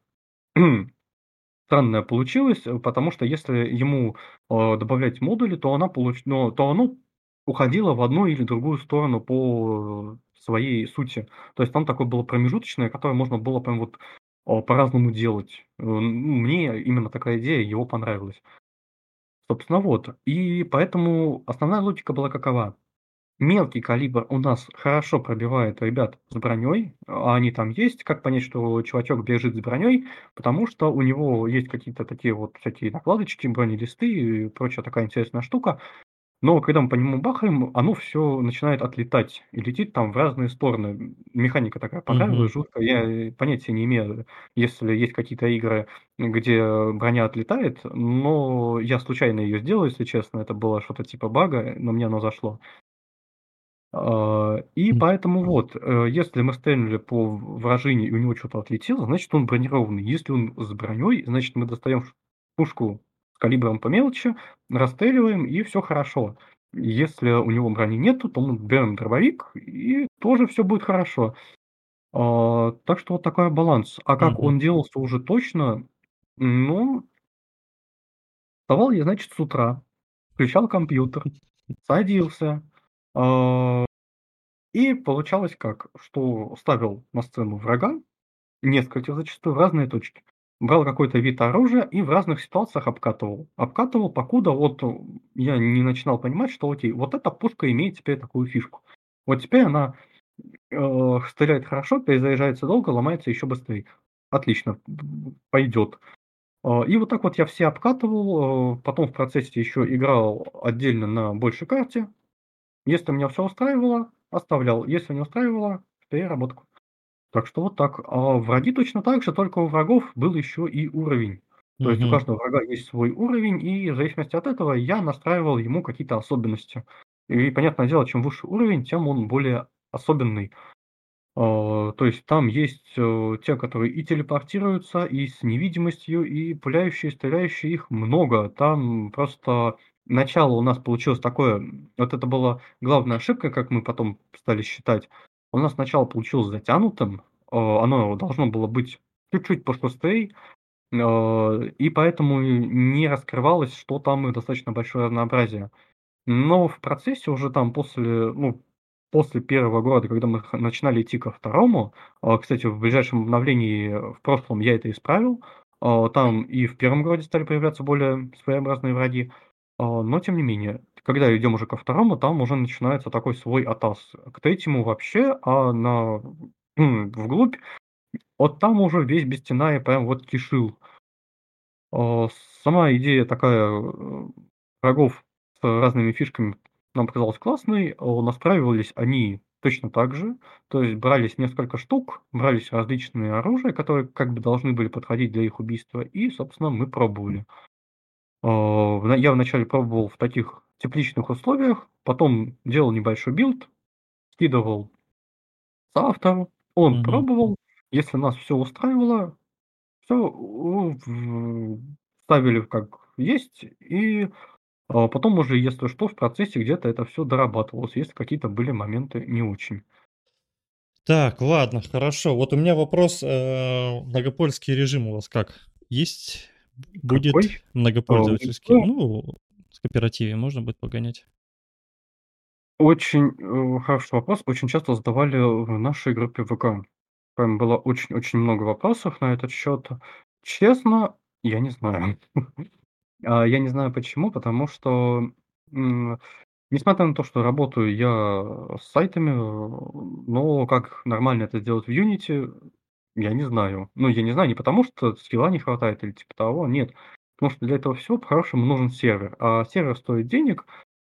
странное получилось, э, потому что если ему, а, добавлять модули, то она получ но то оно уходило в одну или другую сторону по своей сути. То есть там такое было промежуточное, которое можно было прям вот, а, по-разному делать. Э, ну, мне именно такая идея его понравилась. Собственно, вот. И поэтому основная логика была какова? Мелкий калибр у нас хорошо пробивает ребят с броней, а они там есть. Как понять, что чувачок бежит с броней? Потому что у него есть какие-то такие вот всякие накладочки, бронелисты и прочая такая интересная штука. Но когда мы по нему бахаем, оно все начинает отлетать и летит там в разные стороны. Механика такая Мгм. понравилась жутко. Я, э, понятия не имею, если есть какие-то игры, где броня отлетает, но я случайно ее сделал, если честно. Это было что-то типа бага, но мне оно зашло. А, и М. поэтому вот, э, если мы стрельнули по вражине и у него что то отлетело, значит, он бронированный. Если он с броней, значит, мы достаем ш пушку с калибром помелче, расстреливаем, и все хорошо. Если у него брони нету, то мы берем дробовик, и тоже все будет хорошо. А, так что вот такой баланс. А как Мгм. он делался уже точно? Ну, вставал я, значит, с утра, включал компьютер, садился, а и получалось как, что ставил на сцену врага, нескольких зачастую, в разные точки. Брал какой-то вид оружия и в разных ситуациях обкатывал. Обкатывал, покуда вот э, я не начинал понимать, что окей, вот эта пушка имеет теперь такую фишку. Вот теперь она э, стреляет хорошо, перезаряжается долго, ломается еще быстрее. Отлично, пойдет. А, И вот так вот я все обкатывал, э, потом в процессе еще играл отдельно на большей карте, если меня все устраивало, оставлял, если не устраивало — переработку. Так что вот так. А враги точно так же, только у врагов был еще и уровень. То есть у Мгм. каждого врага есть свой уровень, и в зависимости от этого я настраивал ему какие-то особенности. И понятное дело, чем выше уровень, тем он более особенный. А, то есть там есть, э, те, которые и телепортируются, и с невидимостью, и пуляющие, стреляющие, их много. Там просто начало у нас получилось такое, м, вот это была главная ошибка, как мы потом стали считать. У нас начало получилось затянутым, а, оно должно было быть чуть-чуть пошустрей, а, и поэтому и не раскрывалось, что там и достаточно большое разнообразие. Но в процессе уже там после, ну, после первого года, когда мы х начинали идти ко второму, а, кстати, в ближайшем обновлении, э, в прошлом я это исправил, а, там и в первом городе стали появляться более своеобразные враги, а, но тем не менее, когда идем уже ко второму, там уже начинается такой свой атас. К третьему вообще, а на м, вглубь, вот там уже весь без стена и прям вот кишил. А, сама идея такая, э, врагов с разными фишками нам показалась классной. А, настраивались они точно так же. То есть брались несколько штук, брались различные оружия, которые как бы должны были подходить для их убийства, и, собственно, мы пробовали. А, в на я вначале пробовал в таких тепличных условиях, потом делал небольшой билд, скидывал соавтору, он Мгм. пробовал. Если нас все устраивало, все ставили как есть, и, а, потом уже, если что, в процессе где-то это все дорабатывалось, если какие-то были моменты не очень. Так, ладно, хорошо. Вот у меня вопрос, э, многопольский режим у вас как? Есть? Будет Какой? А, многопользовательский? ну, Ну, в кооперативе можно будет погонять? очень, э, хороший вопрос. Очень часто задавали в нашей группе в ВК. Прям было очень-очень много вопросов на этот счет. Честно, я не знаю. А, я не знаю почему, потому что, м, несмотря на то, что работаю я с сайтами, э, но как нормально это сделать в Unity, я не знаю. Ну, я не знаю не потому, что скилла не хватает или типа того, нет. Потому что для этого всего по-хорошему нужен сервер, а сервер стоит денег,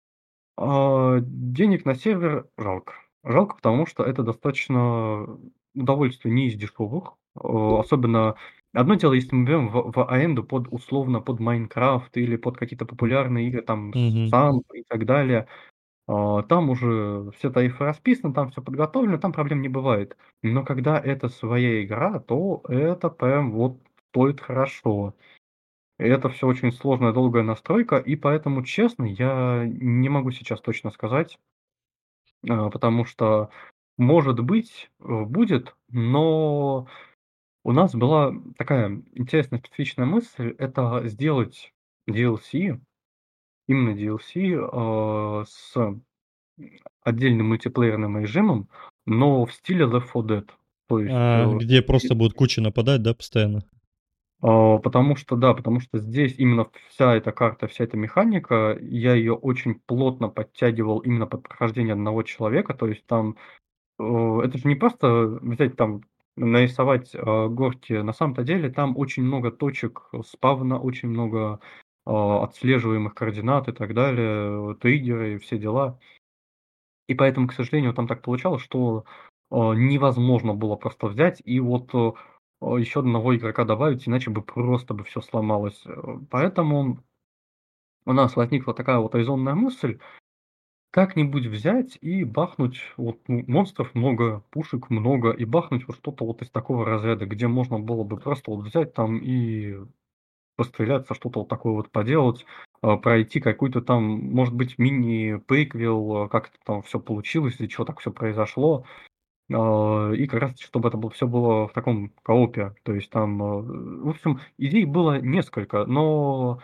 а денег на сервер жалко. Жалко, потому что это достаточно удовольствие не из дешевых. Э, особенно одно дело, если мы берем в в аренду под, условно, под "Майнкрафт" или под какие-то М. популярные игры, там, Мгм. "Самп" и так далее. А, там уже все тарифы расписаны, там все подготовлено, там проблем не бывает. Но когда это своя игра, то это прям вот стоит хорошо. И это все очень сложная, долгая настройка, и поэтому, честно, я не могу сейчас точно сказать, а, потому что, может быть, э, будет, но у нас была такая интересная, специфичная мысль — это сделать ди эл си, именно ди эл си, а, с отдельным мультиплеерным режимом, но в стиле Left фор Dead. То есть, А, э, где просто будут куча нападать, да, постоянно? А, потому что, да, потому что здесь именно вся эта карта, вся эта механика, я ее очень плотно подтягивал именно под прохождение одного человека. То есть там, э, это же не просто взять там, нарисовать, а, горки. На самом-то деле там очень много точек спавна, очень много, а, отслеживаемых координат и так далее, триггеры и все дела. И поэтому, к сожалению, там так получалось, что, а, невозможно было просто взять и вот, э, а, еще одного игрока добавить, иначе бы просто бы все сломалось. Э, поэтому у нас возникла такая вот резонная мысль: как-нибудь взять и бахнуть вот, ну, монстров много, пушек много, и бахнуть вот что-то вот из такого разряда, где можно было бы просто вот взять там и постреляться, что-то вот такое вот поделать, а, пройти какой-то там, может быть, мини-приквел, а, как это там все получилось, из-за чего так все произошло. А, и как раз чтобы это было всё было в таком коопе. То есть там, а, в общем, идей было несколько, но,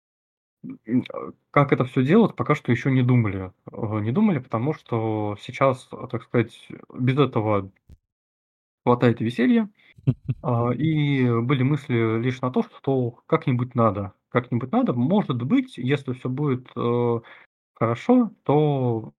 м, а, как это все делать, пока что еще не думали. А, не думали, потому что сейчас, а, так сказать, без этого хватает веселья. А, и были мысли лишь на то, что как-нибудь надо. Как-нибудь надо. Может быть, если все будет, э, хорошо, то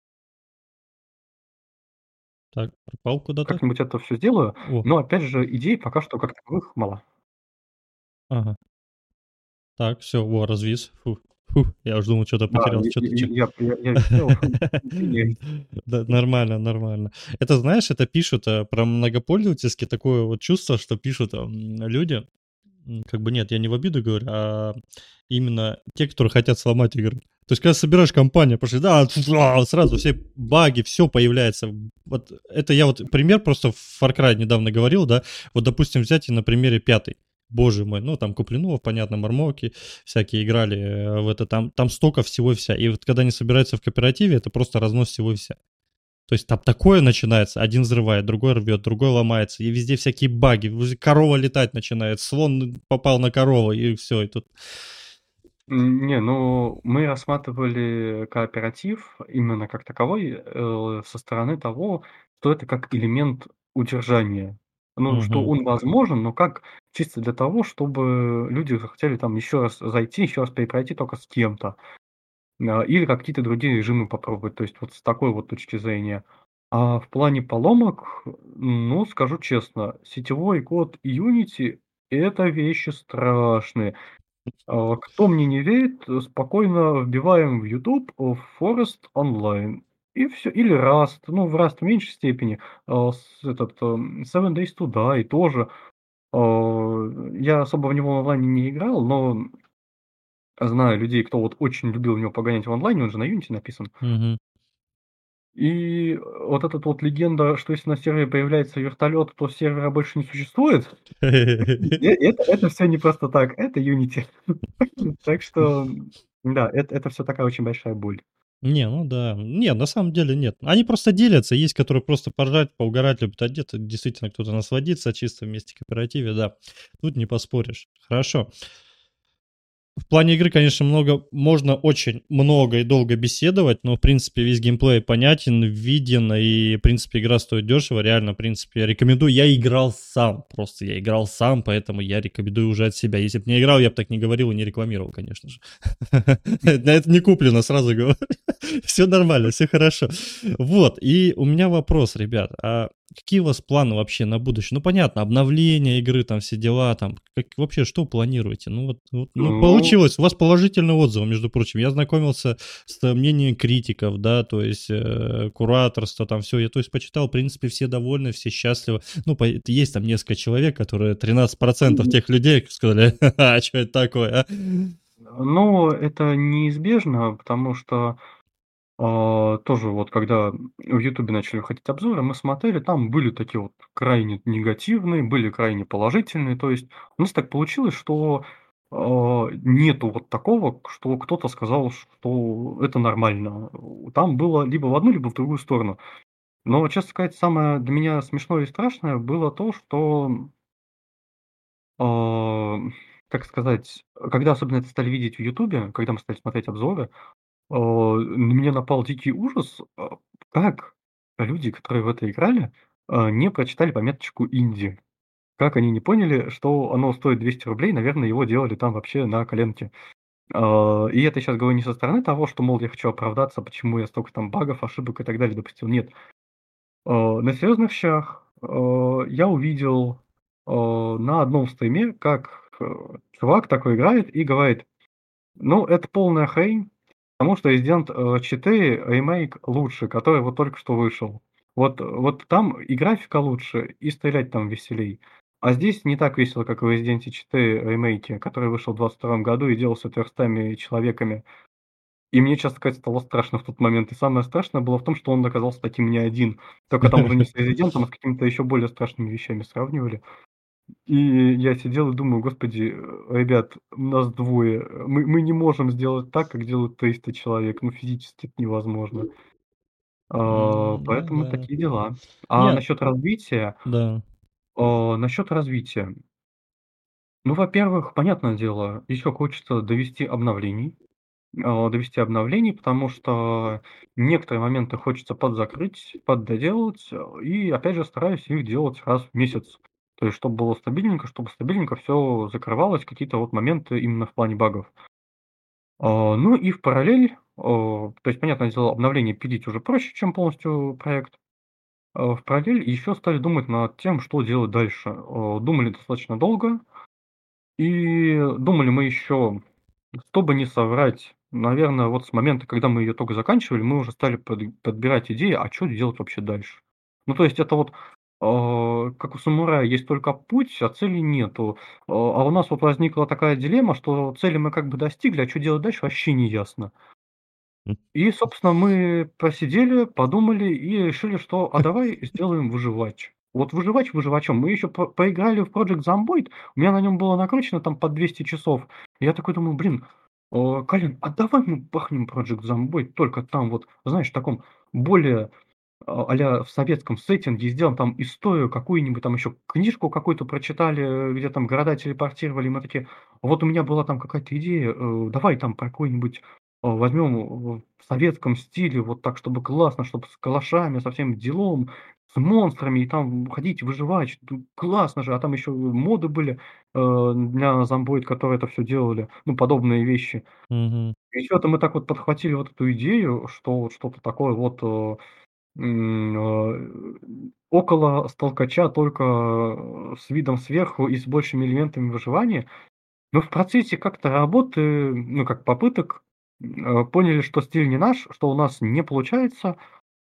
Так, пропал куда-то. как-нибудь это все сделаю. О, Но опять же, идей пока что как таковых мало. ага. Так, все, во, развис. Фу, фу, я уж думал, что-то Да, потерял. и Что и ты, чё? и я я я видел, извиняюсь. Да, нормально, нормально. Это, знаешь, это пишут, э, про многопользовательский такое вот чувство, что пишут, м, люди, м, как бы нет, я не в обиду говорю, а именно те, которые хотят сломать игру. То есть, когда собираешь компанию, пошли, да, сразу все баги, все появляется. Вот это я вот пример просто в Far Cry недавно говорил, да, вот, допустим, взять и на примере пятой. Боже мой, ну, там Куплинов, понятно, Мармоки всякие играли э, в это, там, там столько всего и вся. И вот когда они собираются в кооперативе, это просто разнос всего и вся. То есть там такое начинается, один взрывает, другой рвет, другой ломается, и везде всякие баги, корова летать начинает, слон попал на корову, и все, и тут... Не, ну, мы рассматривали кооператив именно как таковой э, со стороны того, что это как элемент удержания. Ну, что Мгм. он возможен, но как чисто для того, чтобы люди захотели там еще раз зайти, еще раз перепройти только с кем-то. А, или какие-то другие режимы попробовать. То есть вот с такой вот точки зрения. А в плане поломок, ну, скажу честно, сетевой код и Unity- это вещи страшные. А, кто мне не верит, э, спокойно вбиваем в YouTube, э, Forest Online, и все. Или Rust, ну, в Rust в меньшей степени, а, с этот, эм, Seven Days to Die тоже. А, я особо в него в онлайне не играл, но знаю людей, кто вот очень любил в него погонять в онлайне, он же на Unity написан. Мгм. И вот эта вот легенда, что если на сервере появляется вертолет, то сервера больше не существует, э, это это всё не просто так, это Unity. Так что, да, это это всё такая очень большая боль. Не, ну да. Не, на самом деле нет. Они просто делятся. Есть, которые просто поржать, поугарать любят, а где-то действительно кто-то насладится чисто вместе в кооперативе, да. Тут не поспоришь. Хорошо. В плане игры, конечно, много, можно очень много и долго беседовать, но, в принципе, весь геймплей понятен, виден, и, в принципе, игра стоит дешево, реально, в принципе, я рекомендую. Я играл сам, просто я играл сам, поэтому я рекомендую уже от себя. Если бы не играл, я бы так не говорил и не рекламировал, конечно же. На это не куплено, сразу говорю. Все нормально, все хорошо. Вот, и у меня вопрос, ребят, а какие у вас планы вообще на будущее? Ну, понятно, обновление игры, там все дела, там, как вообще, что планируете? Ну, вот, вот, ну, Ну, получилось, у вас положительные отзывы, между прочим. Я знакомился с э, мнением критиков, да, то есть э, кураторство, там все, я, то есть, почитал, в принципе, все довольны, все счастливы. Ну, по- есть там несколько человек, которые тринадцать процентов тех людей сказали, а что это такое, а? ну, это неизбежно, потому что, а, тоже вот когда в "Ютубе" начали выходить обзоры, мы смотрели, там были такие вот крайне негативные, были крайне положительные. То есть у нас так получилось, что, а, нету вот такого, что кто-то сказал, что это нормально. Там было либо в одну, либо в другую сторону. Но, честно сказать, самое для меня смешное и страшное было то, что, а, как сказать, когда особенно это стали видеть в "Ютубе", когда мы стали смотреть обзоры, а, на меня напал дикий ужас. А, как люди, которые в это играли, а, не прочитали пометочку "инди"? Как они не поняли, что оно стоит двести рублей? Наверное, его делали там вообще на коленке. А, и это сейчас говорю не со стороны того, что, мол, я хочу оправдаться, почему я столько там багов, ошибок и так далее допустил. Нет. А, на серьезных щах, а, я увидел, а, на одном стриме, как, э, чувак такой играет и говорит: "Ну, это полная хрень, потому что Resident, э, четыре ремейк лучше, который вот только что вышел. Вот вот там и графика лучше, и стрелять там веселей. А здесь не так весело, как в Resident четыре ремейке, который вышел в двадцать втором году и делался тверстами и человеками". И мне, честно сказать, стало страшно в тот момент. И самое страшное было в том, что он оказался таким не один. Только там уже не с "Резидентом", а с какими-то еще более страшными вещами сравнивали. И я сидел и думаю: "Господи, э, ребят, нас двое, э, мы мы не можем сделать так, как делают триста человек. Ну, физически это невозможно". А, М, Ну поэтому да. такие дела. А Не, насчет развития, да. а, насчет развития. Ну, во-первых, понятное дело, еще хочется довести обновлений. А, довести обновлений, потому что некоторые моменты хочется подзакрыть, поддоделать, э, и опять же стараюсь их делать раз в месяц. То есть чтобы было стабильненько, чтобы стабильненько все закрывалось, какие-то вот моменты именно в плане багов. А, ну и в параллель, а, то есть, понятное дело, обновление пилить уже проще, чем полностью проект. А, в параллель еще стали думать над тем, что делать дальше. А, думали достаточно долго, и думали мы еще, чтобы не соврать, наверное, вот с момента, когда мы ее только заканчивали, мы уже стали под подбирать идеи, а что делать вообще дальше. Ну, то есть это вот, а, как у самурая есть только путь, а цели нету. А а у нас вот возникла такая дилемма, что цели мы как бы достигли, а что делать дальше вообще не ясно. М. И, собственно, мы посидели, подумали и решили, что а давай сделаем выживач. Вот выживач выживачом. Мы еще по поиграли в Project Zomboid, у меня на нем было накручено там по двести часов. Я такой думаю: "Блин, э, Колин, а давай мы бахнем Project Zomboid, только там вот, знаешь, в таком более а а-ля в советском сеттинге, сделаем там историю какую-нибудь, там еще книжку какую-то прочитали, где там города телепортировали". Мы такие: "Вот у меня была там какая-то идея, э, давай там про какой-нибудь, а, возьмем в в советском стиле, вот так, чтобы классно, чтобы с калашами, со всем делом, с монстрами, и там ходить выживать. Ду классно же". А там еще моды были, э, для Zomboid, которые это всё делали, ну, подобные вещи. Мгм. И чё-то мы так вот подхватили вот эту идею, что вот что-то такое вот, э, м, э, около сталкача, только, э, с видом сверху и с большими элементами выживания. Но в процессе как-то работы, ну, как попыток, э, поняли, что стиль не наш, что у нас не получается,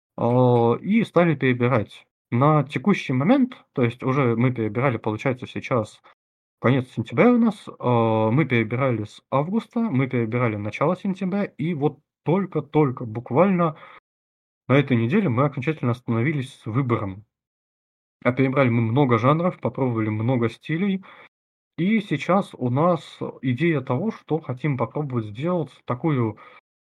а, и стали перебирать. На текущий момент, то есть уже мы перебирали, получается, сейчас конец сентября у нас, а, мы перебирали с августа, мы перебирали начало сентября, и вот только-только буквально на этой неделе мы окончательно остановились с выбором. А перебрали мы много жанров, попробовали много стилей, и сейчас у нас идея того, что хотим попробовать сделать такую,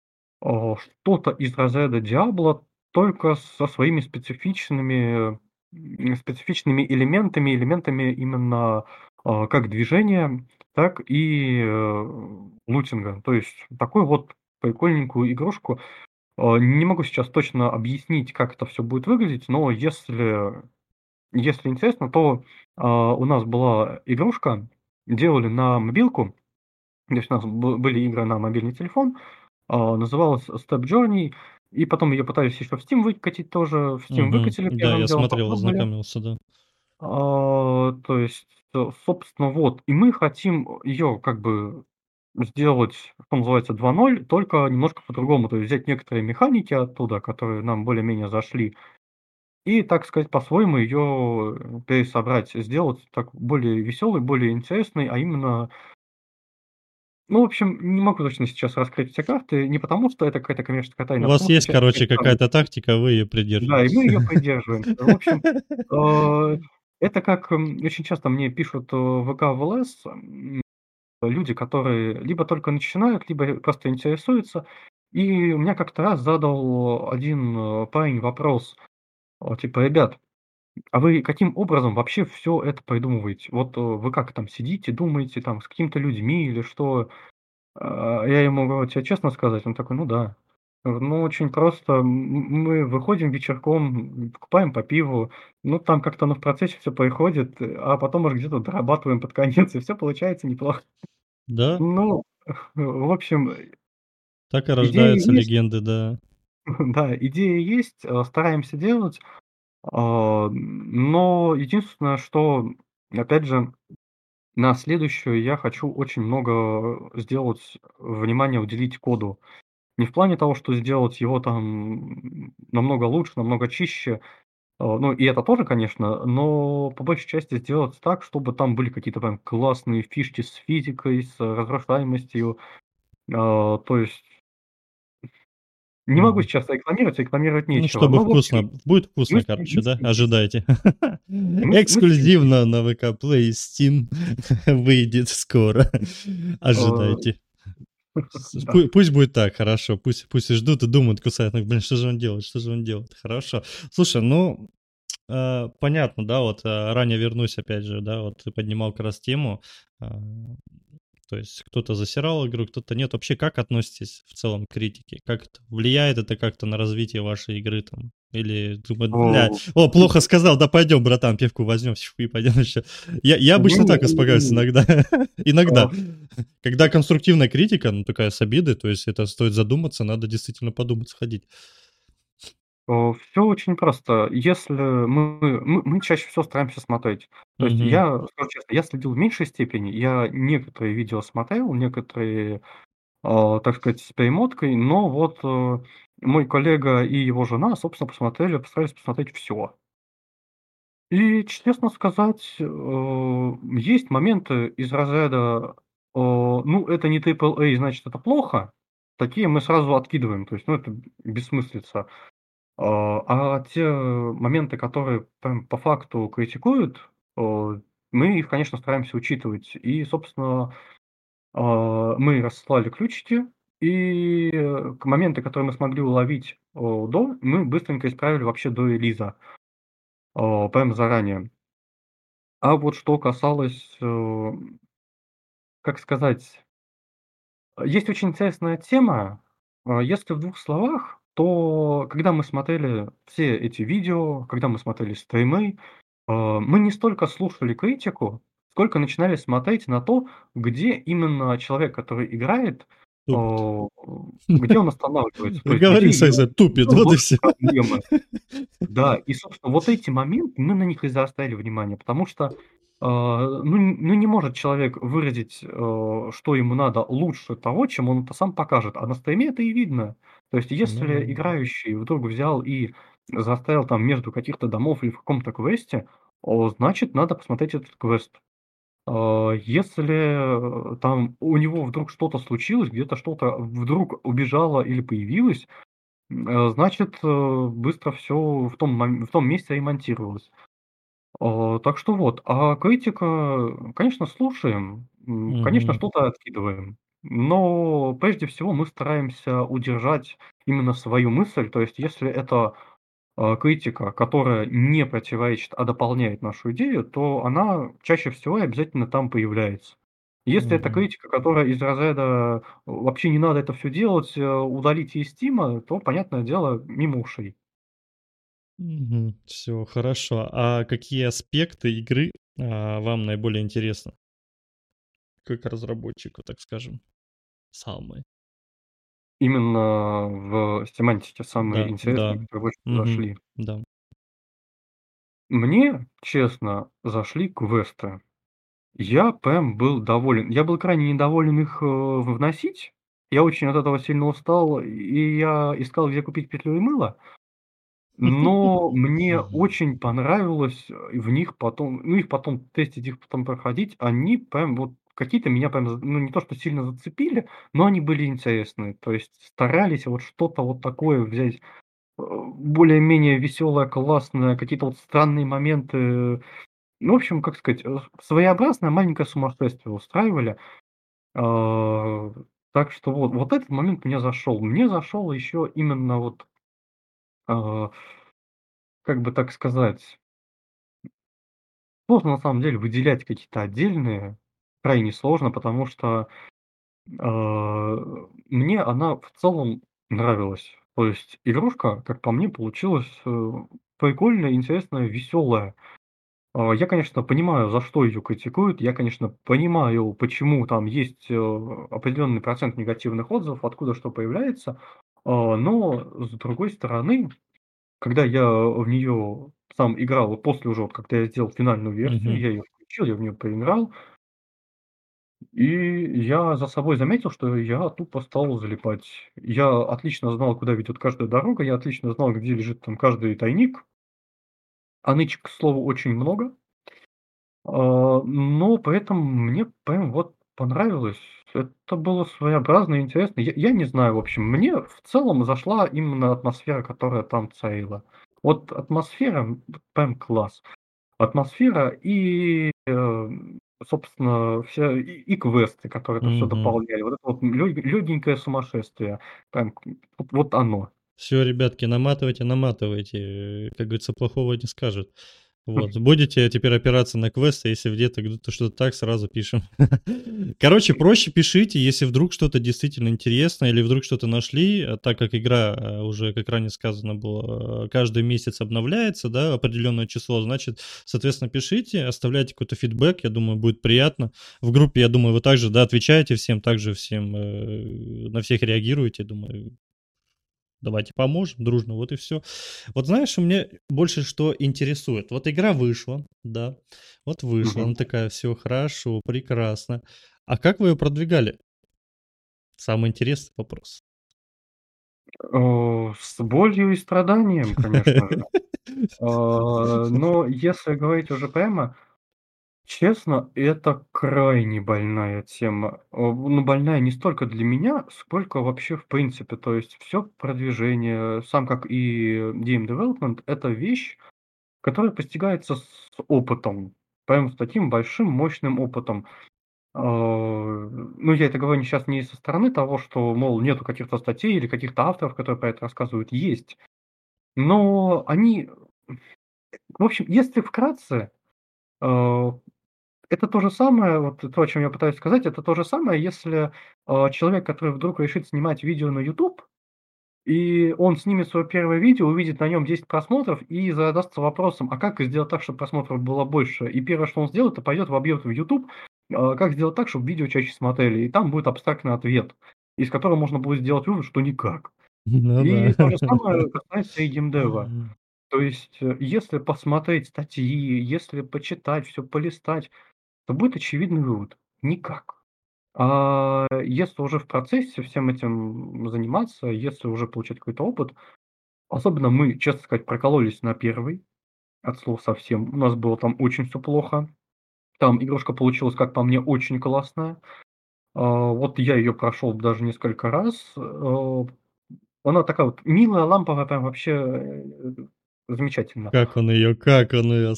а, что-то из разряда Diablo, только со своими специфичными, м, специфичными элементами, элементами именно, а, как движения, так и, э, лутинга. То есть такую вот прикольненькую игрушку. А, не могу сейчас точно объяснить, как это всё будет выглядеть, но если если интересно, то, а, у нас была игрушка, делали на мобилку, то есть у нас бы были игры на мобильный телефон, а, называлась Step Journey, и потом ее пытались еще в Steam выкатить тоже. В Steam Мгм. выкатили Да, первым я делом, смотрел, попробовали. ознакомился, да. А, то есть, э, собственно, вот. И мы хотим ее как бы сделать, что называется, два ноль, только немножко по-другому. То есть взять некоторые механики оттуда, которые нам более-менее зашли, и, так сказать, по-своему ее пересобрать, сделать так более веселой, более интересной, а именно Ну, в общем, не могу точно сейчас раскрыть все карты, не потому что это какая-то коммерческая У тайна, а вас потому что есть, сейчас короче, представлю. какая-то тактика, вы ее Да, и придерживаетесь. мы ее придерживаемся. В общем, а, это как, м, очень часто мне пишут, э, в ВК, в ЛС, м, люди, которые либо только начинают, либо просто интересуются. И у меня как-то раз задал один, э, парень вопрос, а, типа: "Ребят, а вы каким образом вообще всё это придумываете? Вот, э, вы как там сидите, думаете там с какими-то людьми или что?" А, я ему говорю: "Те честно сказать?" Он такой: "Ну да". Я говорю: "Ну, очень просто. М мы выходим вечерком, покупаем по пиву, ну, там как-то оно в процессе всё происходит, а потом уже где-то дорабатываем под конец, и всё получается неплохо". Да. Ну, в общем, Так и идея рождаются есть. легенды, да. Да, идея есть, э, стараемся делать. А, но единственное, что, опять же, на следующую я хочу очень много сделать внимания уделить коду. Не в плане того, что сделать его там намного лучше, намного чище, а, ну, и это тоже, конечно, но по большей части сделать так, чтобы там были какие-то прям классные фишки с физикой, с разрушаемостью. А, то есть не могу Мгм. сейчас рекламировать, рекламировать Ну, нечего. чтобы Но, в общем, вкусно будет вкусно, мысли короче, да? мысли есть. Ожидайте. Мыс мысли есть. Эксклюзивно на ВК Play и Steam выйдет скоро. А, Ожидайте. С да. пу пусть будет так, хорошо. Пусть пусть и ждут, и думают, кусают ног. Блин, что же он делает, что же он делает? Хорошо. Слушай, ну, а, понятно, да, вот, а, ранее вернусь, опять же, да, вот ты поднимал как раз тему, а, то есть кто-то засирал игру, кто-то нет. Вообще, как относитесь в целом к критике? Как это влияет это как-то на развитие вашей игры там? Или думают: "Бля, О, о, м. плохо сказал, да пойдем, братан, пивку возьмем и пойдем еще". Я я Не обычно не так не успокаиваюсь не. иногда. Иногда. А. Когда конструктивная критика, ну, такая с обидой, то есть это стоит задуматься, надо действительно подумать, сходить. Э, всё очень просто. Если мы мы мы чаще всего стараемся смотреть. То есть Мгм. я, скажу честно, я следил в меньшей степени. Я некоторые видео смотрел, некоторые, а, так сказать, с перемоткой, но вот, э, мой коллега и его жена, собственно, посмотрели, постарались посмотреть всё. И, честно сказать, э, есть моменты из разряда, э, ну, это не трипл A, значит, это плохо. такие мы сразу откидываем. То есть, ну, это бессмыслица. А, а те моменты, которые прям по факту критикуют, э, мы их, конечно, стараемся учитывать. И, собственно, а, мы разослали ключики, и э, к моменты, которые мы смогли уловить о, до, мы быстренько исправили вообще до релиза, а, прям заранее. А вот что касалось, э, как сказать, есть очень интересная тема. А, Если в двух словах, то когда мы смотрели все эти видео, когда мы смотрели стримы, а, мы не столько слушали критику, сколько начинали смотреть на то, где именно человек, который играет, Тупит. а, где он останавливается, то есть где Говори, его Сайза, тупит, вот и ловят все. проблемы. Да, и, собственно, вот эти моменты, мы на них и заостряли внимание, потому что, а, ну, н ну, не может человек выразить, э, что ему надо лучше того, чем он это сам покажет, а на стриме это и видно. То есть Ну да. если играющий вдруг взял и застрял там между каких-то домов или в каком-то квесте, о, значит, надо посмотреть этот квест. А, если, э, там у него вдруг что-то случилось, где-то что-то вдруг убежало или появилось, М, э, значит, э, быстро все в том мом в том месте ремонтировалось. А, так что вот. А критика, конечно, слушаем, м, конечно, Мгм. что-то откидываем. Но прежде всего мы стараемся удержать именно свою мысль. То есть если это, а, критика, которая не противоречит, а дополняет нашу идею, то она чаще всего и обязательно там появляется. Если это Мгм. критика, которая из разряда "вообще не надо это все делать, э, удалите из "Стима", то, понятное дело, мимо ушей. Мгм. Всё хорошо. А какие аспекты игры, а, вам наиболее интересны? Как разработчику, так скажем, самые? Именно в семантике самые Да, интересные, да. которые больше всего Мгм. зашли. Да. Мне, честно, зашли квесты. Я прям был доволен. Я был крайне недоволен их, э, вносить. Я очень от этого сильно устал, и я искал, где купить петлю и мыло. Но мне очень понравилось, э, в них потом, ну, их потом тестить, их потом проходить. Они прям вот какие-то меня прям, з ну, не то что сильно зацепили, но они были интересные. То есть старались вот что-то вот такое взять, э, более-менее веселое, классное, какие-то вот странные моменты. Ну, в общем, как сказать, э, своеобразное маленькое сумасшествие устраивали. А, так что вот вот этот момент мне зашел. Мне зашел еще именно вот, а, как бы так сказать, сложно на самом деле выделять какие-то отдельные, крайне сложно, потому что, а, мне она в целом нравилась. То есть игрушка, как по мне, получилась, э, прикольная, интересная, веселая. А, я, конечно, понимаю, за что ее критикуют. Я, конечно, понимаю, почему там есть, э, определенный процент негативных отзывов, откуда что появляется. А, но, с другой стороны, когда я в нее сам играл, вот после уже, вот когда я сделал финальную версию, Мгм. я ее включил, я в нее поиграл, и я за собой заметил, что я тупо стал залипать. Я отлично знал, куда ведет каждая дорога, я отлично знал, где лежит там каждый тайник, а нычек, к слову, очень много. А, но поэтому мне прям вот понравилось. Это было своеобразно и интересно. Я я не знаю, в общем, мне в целом зашла именно атмосфера, которая там царила. Вот атмосфера, м, прям класс. Атмосфера и, э, собственно, все и и квесты, которые это все Мгм. дополняли. Вот это вот лё лёгенькое сумасшествие. Прям к вот вот оно. Всё, ребятки, наматывайте, наматывайте. Э, как говорится, плохого не скажет. Вот. Будете теперь опираться на квесты, если где-то где-то что-то так, сразу пишем. Короче, проще пишите, если вдруг что-то действительно интересное или вдруг что-то нашли, а так как игра, э, уже, как ранее сказано было, э, каждый месяц обновляется, да, определенное число, значит, соответственно, пишите, оставляйте какой-то фидбэк, я думаю, будет приятно. В группе, я думаю, вы также, да, отвечаете всем, также всем, э, на всех реагируете, думаю, давайте поможем дружно, вот и все. Вот знаешь, меня больше что интересует. Вот игра вышла, да, вот вышла, Мгм. она такая, все хорошо, прекрасно. А как вы ее продвигали? Самый интересный вопрос. Э, с болью и страданием, конечно же. А, но если говорить уже прямо, Честно, это крайне больная тема. Э, ну, больная не столько для меня, сколько вообще в принципе. То есть все продвижение, сам как и game development — это вещь, которая постигается с опытом. Прям с таким большим, мощным опытом. А, ну, я это говорю сейчас не со стороны того, что, мол, нету каких-то статей или каких-то авторов, которые про это рассказывают. Есть. Но они, в общем, если вкратце, э, это то же самое, вот то, о чем я пытаюсь сказать, это то же самое, если, а, человек, который вдруг решит снимать видео на YouTube, и он снимет свое первое видео, увидит на нем десять просмотров и задастся вопросом: "А как сделать так, чтобы просмотров было больше?" И первое, что он сделает, это пойдет вобьет в YouTube, а, как сделать так, чтобы видео чаще смотрели. И там будет абстрактный ответ, из которого можно будет сделать вывод, что никак. Ну И да. то же самое касается и геймдева. То есть, э, если посмотреть статьи, если почитать всё, полистать, то будет очевидный вывод: никак. А если уже в процессе всем этим заниматься, если уже получать какой-то опыт, особенно мы, честно сказать, прокололись на первый от слова совсем. У нас было там очень все плохо. Там игрушка получилась, как по мне, очень классная. А, вот я ее прошел даже несколько раз. Э, она такая вот милая, ламповая, прям вообще, э, замечательно. Как он ее, как он ее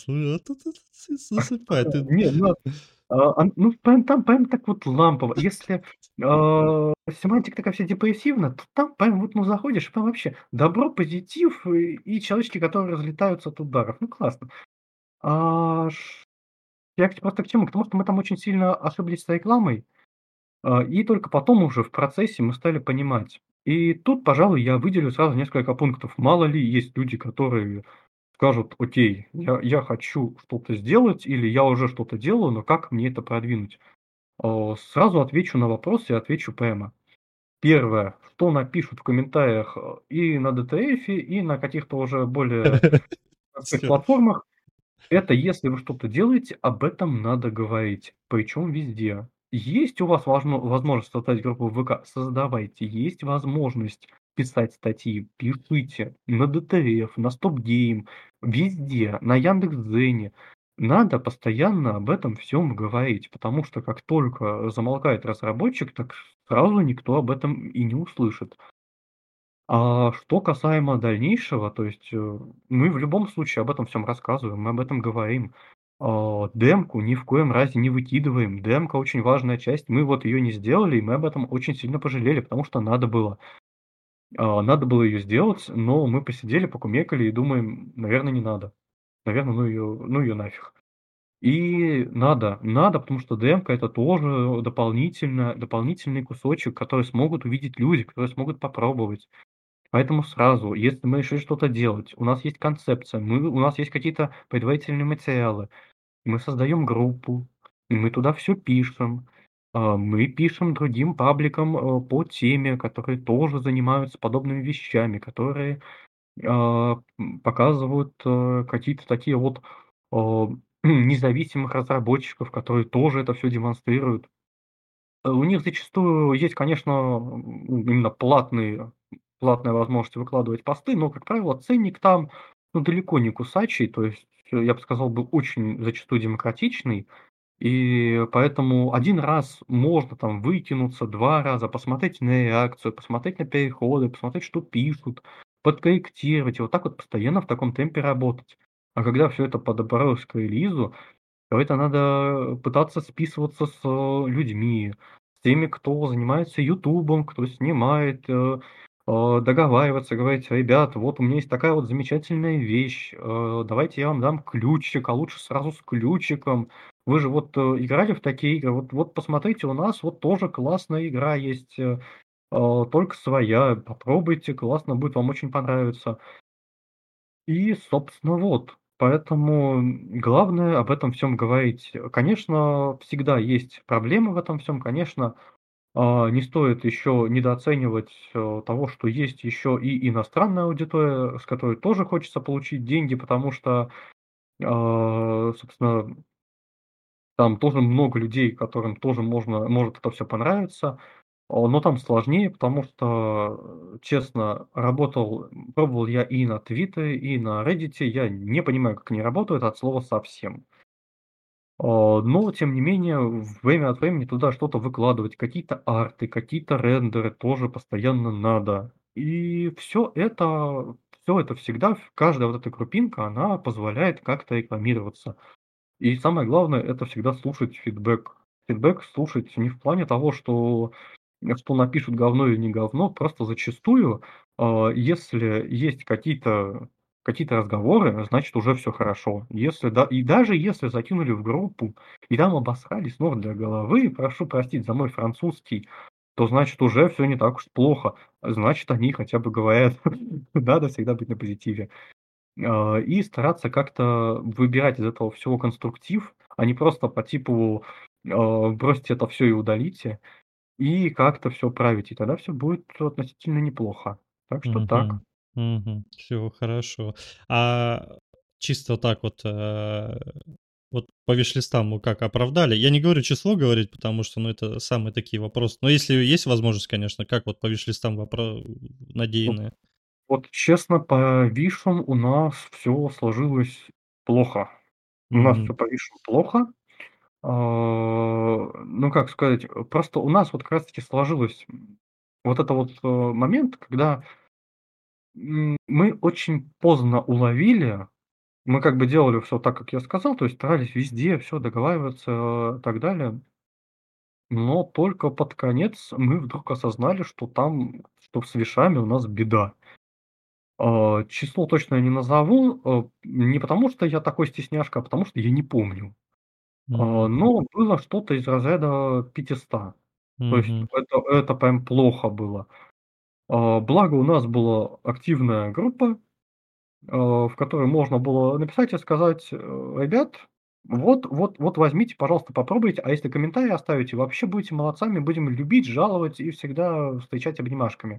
засыпает. Ты Не, ну, а, ан ну, прям там прям так вот лампово. Если, а, семантика такая вся депрессивная, то там прям вот, ну, заходишь, прям вообще добро, позитив и и человечки, которые разлетаются от ударов. Ну, классно. А, ш я к просто к чему? К тому, что мы там очень сильно ошиблись с рекламой, а, и только потом уже в процессе мы стали понимать. И тут, пожалуй, я выделю сразу несколько пунктов. Мало ли есть люди, которые скажут: "Окей, я я хочу что-то сделать" или "Я уже что-то делаю, но как мне это продвинуть?" А, сразу отвечу на вопрос и отвечу прямо. Первое, что напишут в комментариях, э, и на ди ти эф, и на каких-то уже более, так сказать, всё. платформах — это если вы что-то делаете, об этом надо говорить, причем везде. Есть у вас важно возможность создать группу в ВК — создавайте. Есть возможность писать статьи — пишите. На ди ти эф, на StopGame, везде, на "Яндекс.Дзене". Надо постоянно об этом всем говорить, потому что как только замолкает разработчик, так сразу никто об этом и не услышит. А что касаемо дальнейшего, то есть, э, мы в любом случае об этом всем рассказываем, мы об этом говорим. А, демку ни в коем разе не выкидываем. Демка — очень важная часть. Мы вот ее не сделали, и мы об этом очень сильно пожалели, потому что надо было. А, надо было ее сделать, но мы посидели, покумекали и думаем: наверное, не надо. Наверное, ну ее, ну ее нафиг. И надо, надо, потому что демка — это тоже дополнительно дополнительный кусочек, который смогут увидеть люди, которые смогут попробовать. Поэтому сразу, если мы решили что-то делать, у нас есть концепция, мы у нас есть какие-то предварительные материалы, мы создаем группу, и мы туда все пишем. А, мы пишем другим пабликам, э, по теме, которые тоже занимаются подобными вещами, которые, а, м, показывают, э, какие-то такие вот, а, независимых разработчиков, которые тоже это все демонстрируют. Э, у них зачастую есть, конечно, м, именно платные платная возможность выкладывать посты, но, как правило, ценник там, ну, далеко не кусачий, то есть, э, я бы сказал бы, очень зачастую демократичный. И поэтому один раз можно там выкинуться, два раза, посмотреть на реакцию, посмотреть на переходы, посмотреть, что пишут, подкорректировать, и вот так вот постоянно в таком темпе работать. А когда все это подобралось к релизу, то это надо пытаться списываться с, э, людьми, с теми, кто занимается "Ютубом", кто снимает, э, э, договариваться, говорить: "Ребят, вот у меня есть такая вот замечательная вещь, э, давайте я вам дам ключик, а лучше сразу с ключиком. Вы же вот, э, играли в такие игры, вот вот посмотрите, у нас вот тоже классная игра есть, э, э, только своя, попробуйте, классно будет, вам очень понравится". И, собственно, вот. Поэтому, м, главное об этом всем говорить. Конечно, всегда есть проблемы в этом всем. Конечно, а, не стоит еще недооценивать, э, того, что есть еще и иностранная аудитория, с которой тоже хочется получить деньги, потому что, а, собственно, там тоже много людей, которым тоже можно может это все понравиться. О, но там сложнее, потому что, э, честно, работал, пробовал я и на "Твиттере", и на "Реддите". Я не понимаю, как они работают от слова совсем. А, но тем не менее, время от времени туда что-то выкладывать, какие-то арты, какие-то рендеры тоже постоянно надо. И всё это всё это всегда, в каждая вот эта крупинка, она позволяет как-то рекламироваться. И самое главное- это всегда слушать фидбэк. Фидбэк слушать не в плане того, что что напишут говно или не говно, просто зачастую, а, если есть какие-то какие-то разговоры, значит, уже всё хорошо. Если да и даже если закинули в группу и там обосрались с ног до головы, прошу простить за мой французский, то значит уже всё не так уж плохо. Значит, они хотя бы говорят. Надо всегда быть на позитиве. А, и стараться как-то выбирать из этого всего конструктив, а не просто по типу, а, бросьте это всё и удалите, и как-то всё править, и тогда всё будет относительно неплохо. Так что так. Мгм, мгм. Всё хорошо. А чисто так вот, э, вот по виш-листам мы как оправдали? Я не говорю число говорить, потому что, ну, это самые такие вопросы. Но если есть возможность, конечно, как вот по виш-листам вы опра Вот надеяны? вот честно, по вишам у нас всё сложилось плохо. У нас Мгм. всё по вишам плохо. А, ну, как сказать, просто у нас вот как раз таки сложилось вот это вот, э, момент, когда м, мы очень поздно уловили. Мы как бы делали всё так, как я сказал, то есть старались везде всё договариваться, так далее. Но только под конец мы вдруг осознали, что там, что с вишами у нас беда. А, число точное не назову, а, не потому, что я такой стесняшка, а потому что я не помню. А, Мгм. но было что-то из разряда пятиста. То есть Мгм. это это прям плохо было. А, благо у нас была активная группа, а, в которой можно было написать и сказать: "Э, ребят, вот вот вот возьмите, пожалуйста, попробуйте, а если комментарий оставите, вообще будете молодцами, будем любить, жаловать и всегда встречать обнимашками".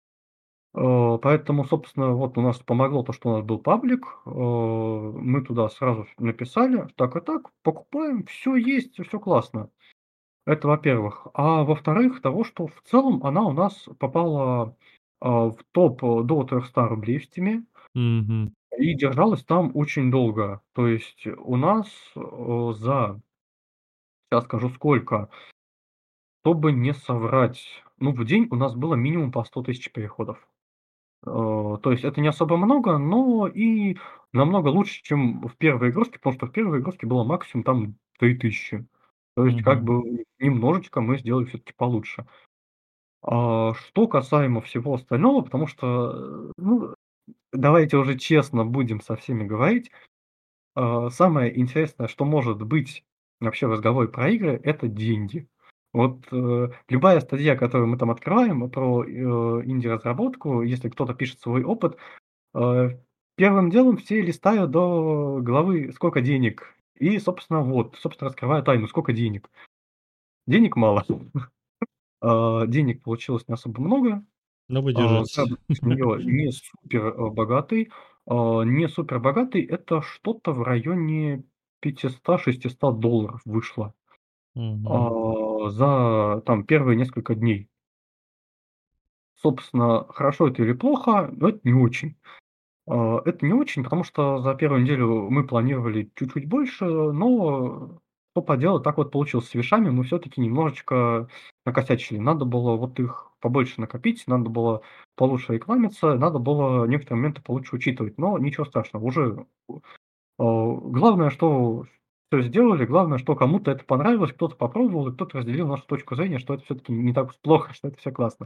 А, поэтому, собственно, вот у нас помогло то, что у нас был паблик. А, мы туда сразу написали: "Так и так, покупаем, всё есть, всё классно". Это во-первых. А во-вторых, того, что в целом она у нас попала, а, в топ до трёхсот рублей в "Стиме" Мгм. и держалась там очень долго. То есть у нас, э, за щас скажу сколько чтобы не соврать, ну, в день у нас было минимум по сто тысяч переходов. А, то есть это не особо много, но и намного лучше, чем в первой игрушке, потому что в первой игрушке было максимум там три тысячи. То есть как Мгм. бы немножечко мы сделали всё-таки получше. А что касаемо всего остального, потому что, э, ну, давайте уже честно будем со всеми говорить. А, самое интересное, что может быть вообще в разговоре про игры- это деньги. Вот, э, любая статья, которую мы там открываем про, э, инди-разработку, если кто-то пишет свой опыт, а, первым делом все листают до главы "Сколько денег?" И, собственно, вот, собственно, раскрываю тайну: сколько денег. Денег мало. А, денег получилось не особо много. Но вы А, держитесь. заработок с неё не супер, а, богатый. А, не супер богатый- это что-то в районе пятисот шестисот долларов вышло, Мгм. а, за там первые несколько дней. Собственно, хорошо это или плохо, но это не очень. А, это не очень, потому что за первую неделю мы планировали чуть-чуть больше, но что поделать, так вот получилось. С вишами мы всё-таки немножечко накосячили. Надо было вот их побольше накопить, надо было получше рекламиться, надо было некоторые моменты получше учитывать. Но ничего страшного, уже, а, главное, что всё сделали, главное, что кому-то это понравилось, кто-то попробовал и кто-то разделил нашу точку зрения, что это всё-таки не так уж плохо, что это всё классно.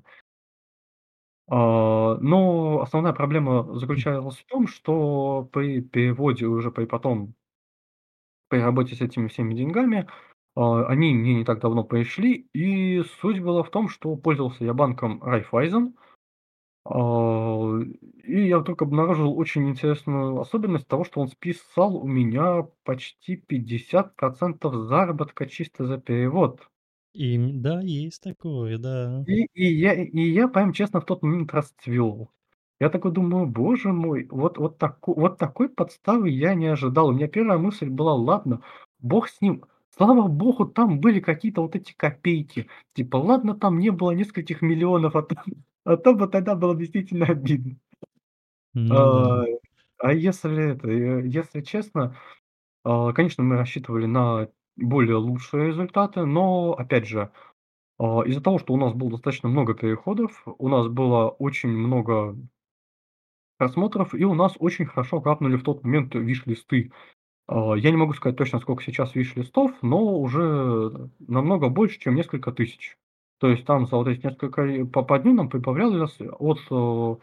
А, но основная проблема заключалась в том, что при переводе уже при потом при работе с этими всеми деньгами, а, они мне не так давно пришли, и суть была в том, что пользовался я банком Райффайзен. А, и я вдруг обнаружил очень интересную особенность того, что он списал у меня почти пятьдесят процентов заработка чисто за перевод. Им да, есть такое, да. И и я и я прям честно в тот момент расцвёл. Я такой думаю: "Боже мой, вот вот тако вот такой подставы я не ожидал". У меня первая мысль была: "Ладно, бог с ним". Слава богу, там были какие-то вот эти копейки. Типа, ладно, там не было нескольких миллионов, а то а то бы тогда было действительно обидно. Ну да. А, а если это, э, если честно, а, конечно, мы рассчитывали на более лучшие результаты, но, опять же, а, из-за того, что у нас было достаточно много переходов, у нас было очень много просмотров, и у нас очень хорошо капнули в тот момент виш-листы. А, я не могу сказать точно, сколько сейчас виш-листов, но уже намного больше, чем несколько тысяч. То есть там за вот эти несколько и по по дню нам прибавлялось от, э,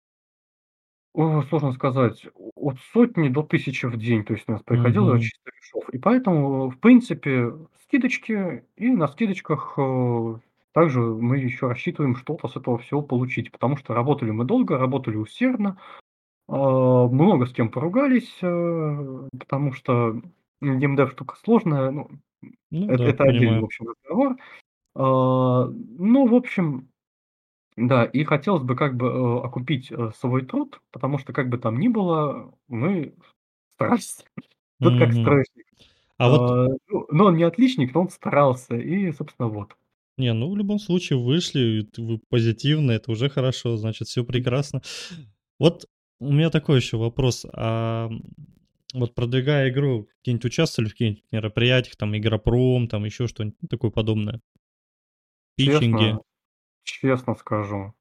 о, сложно сказать, от сотни до тысячи в день. То есть у нас приходило Мгм. чисто вишов. И поэтому, в принципе, скидочки, и на скидочках, э, также мы еще рассчитываем что-то с этого всего получить. Потому что работали мы долго, работали усердно, а, много с кем поругались, э, потому что геймдев штука сложная, ну, Ну это да, это отдельный, в понимаю. общем, разговор. А, ну, в общем, да, и хотелось бы как бы, э, окупить, э, свой труд, потому что, как бы там ни было, мы старались. Вот как Мгм. строчник. А вот, А, ну, но он не отличник, но он старался. И, собственно, вот. не, ну в любом случае вышли, и т вы позитивны, это уже хорошо, значит, все прекрасно. Вот у меня такой еще вопрос. Ам, вот продвигая игру, где-нибудь участвовали в каких-нибудь мероприятиях, там, Игропром, там еще что-нибудь, ну, такое подобное? Питчинге? Честно честно скажу,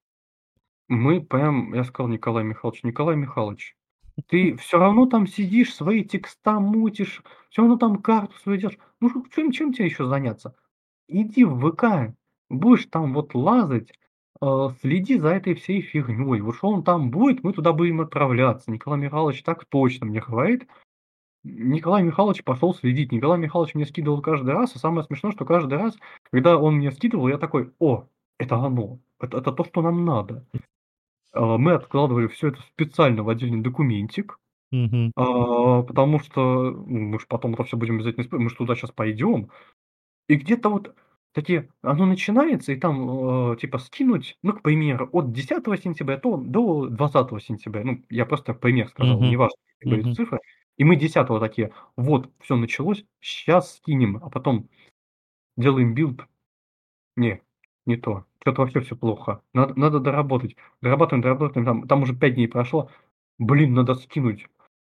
мы прям, я сказал: "Николай Михайлович, Николай Михайлович, ты все равно там сидишь, свои текста мутишь, все равно там карту свою делаешь. Ну, ш чем чем тебе еще заняться? Иди в ВК, будешь там вот лазать, э, следи за этой всей фигней. Вот что он там будет, мы туда будем отправляться". Николай Михайлович так точно мне говорит. Николай Михайлович пошел следить. Николай Михайлович мне скидывал каждый раз. И самое смешное, что каждый раз, когда он мне скидывал, я такой: "О, это оно, это это то, что нам надо". А, мы откладывали все это специально в отдельный документик, Мгм. а, потому что, ну, мы ж потом это все будем обязательно использовать, мы ж туда сейчас пойдем. И где-то вот такие оно начинается, и там, э, типа скинуть, ну, к примеру, от десятого сентября то до двадцатого сентября. Ну, я просто пример сказал, Мгм. неважно, какие были Мгм. цифры. И мы десятого такие: "Вот, все началось, сейчас скинем". А потом делаем билд: "Не, не то, что то вообще все плохо, надо надо доработать". Дорабатываем, дорабатываем, там там уже пять дней прошло. Блин, надо скинуть.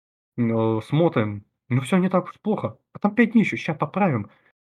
Э, смотрим, ну, все не так уж плохо. А там пять дней еще, ща поправим.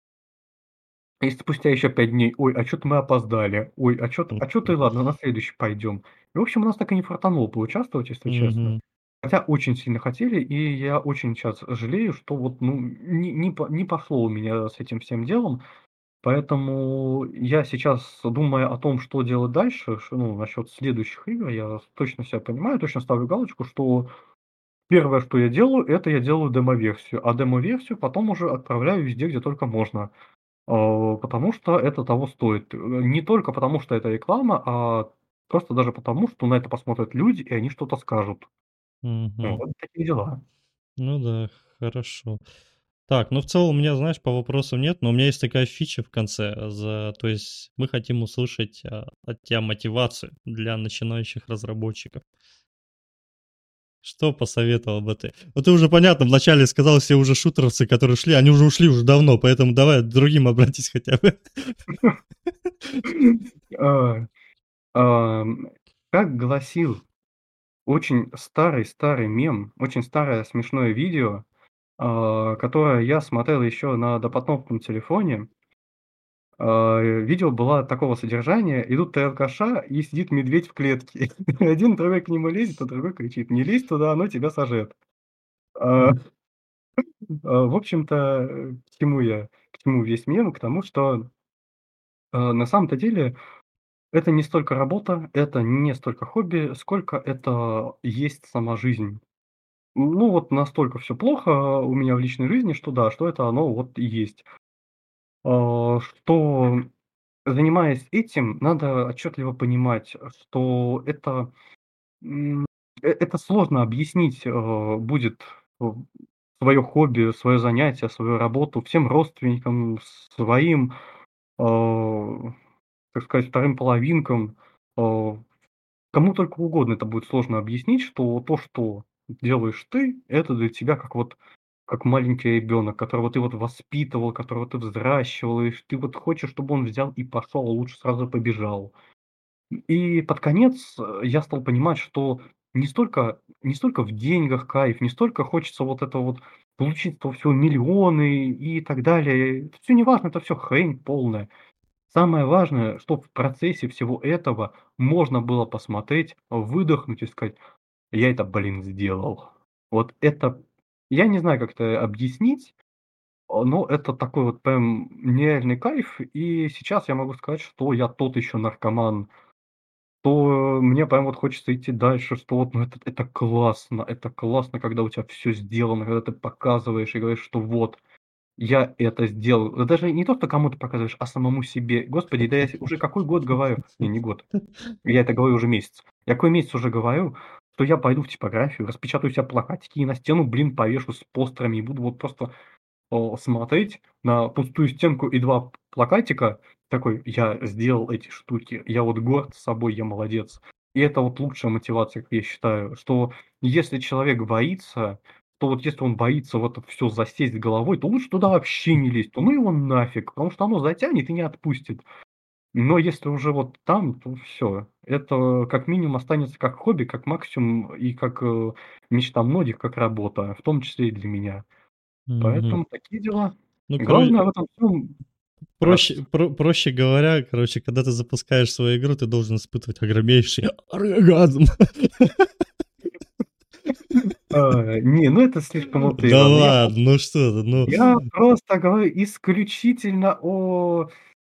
И спустя еще пять дней: "Ой, а чё то мы опоздали. Ой, а чё т а чё Мгм. ты, ладно, на следующий пойдем". И, в общем, у нас так и не фартануло поучаствовать, если честно. Мгм. Хотя очень сильно хотели, и я очень щас жалею, что вот, ну, не не по не пошло у меня с этим всем делом. Поэтому я сейчас, думая о том, что делать дальше, ш ну, насчет следующих игр, я точно себя понимаю, точно ставлю галочку, что первое, что я делаю, это я делаю демо-версию, а демо-версию потом уже отправляю везде, где только можно. А, потому что это того стоит. Э, не только потому, что это реклама, а просто даже потому, что на это посмотрят люди, и они что-то скажут. Ну, Мгм. вот такие дела. Ну да, хорошо. Так, ну в целом у меня, знаешь, по вопросам нет, но у меня есть такая фича в конце. э, За, то есть мы хотим услышать а, от тебя мотивацию для начинающих разработчиков. Что посоветовал бы ты? Ну ты уже понятно, вначале сказал, все уже шутеровцы, которые шли, они уже ушли уже давно, поэтому давай к другим обратись хотя бы. А, ам, как гласил очень старый-старый мем, очень старое смешное видео, а, которое я смотрел еще на допотопном телефоне. А, э, видео было такого содержания: идут три алкаша, и сидит медведь в клетке. Один другой к нему лезет, а другой кричит: "Не лезь туда, оно тебя сожрет". А, а, в общем-то, э, к чему я к чему весь мем? К тому, что, а, на самом-то деле это не столько работа, это не столько хобби, сколько это есть сама жизнь. Ну, вот настолько все плохо у меня в личной жизни, что да, что это оно вот и есть. А, что, занимаясь этим, надо отчетливо понимать, что это, м, э это сложно объяснить, э, будет, э, свое хобби, свое занятие, свою работу всем родственникам, своим, а, так сказать, вторым половинкам. А, кому только угодно это будет сложно объяснить, что то, что делаешь ты, это для тебя как вот как маленький ребенок, которого ты вот воспитывал, которого ты взращивал, и ш ты вот хочешь, чтобы он взял и пошел, а лучше сразу побежал. И под конец, э, я стал понимать, что не столько не столько в деньгах кайф, не столько хочется вот это вот получить этого всего миллионы и так далее. Это всё неважно, это всё хрень полная. Самое важное, чтоб в процессе всего этого можно было посмотреть, выдохнуть и сказать: "Я это, блин, сделал". Вот это я не знаю, как это объяснить, а, но это такой вот прям нереальный кайф. И сейчас я могу сказать, что я тот еще наркоман, то мне прям вот хочется идти дальше, что вот, ну, это это классно, это классно, когда у тя всё сделано, когда ты показываешь и говоришь, что вот я это сделал. Да даже не то, что кому-то показываешь, а самому себе. Господи, да я се уже какой год говорю, не, не год, я это говорю уже месяц. Я какой месяц уже говорю, что я пойду в типографию, распечатаю се плакатики и на стену, блин, повешу с постерами и буду вот просто, а, смотреть на пустую стенку и два п плакатика, такой: "Я сделал эти штуки, я вот горд собой, я молодец". И это вот лучшая мотивация, как я считаю, что если человек боится, то вот если он боится в это всё засесть головой, то лучше туда вообще не лезть, то ну его нафиг, потому что оно затянет и не отпустит. Но если уже вот там, то всё. Это как минимум останется как хобби, как максимум и как, э, мечта многих, как работа, в том числе и для меня. Мгм. Поэтому такие дела. Ну, коро Главное в этом всём проще радоваться. про проще говоря, короче, когда ты запускаешь свою игру, ты должен испытывать огромнейший оргазм. А, не, ну это слишком Да утрировано. Я просто ладно, ну что ты, ну я просто говорю исключительно о,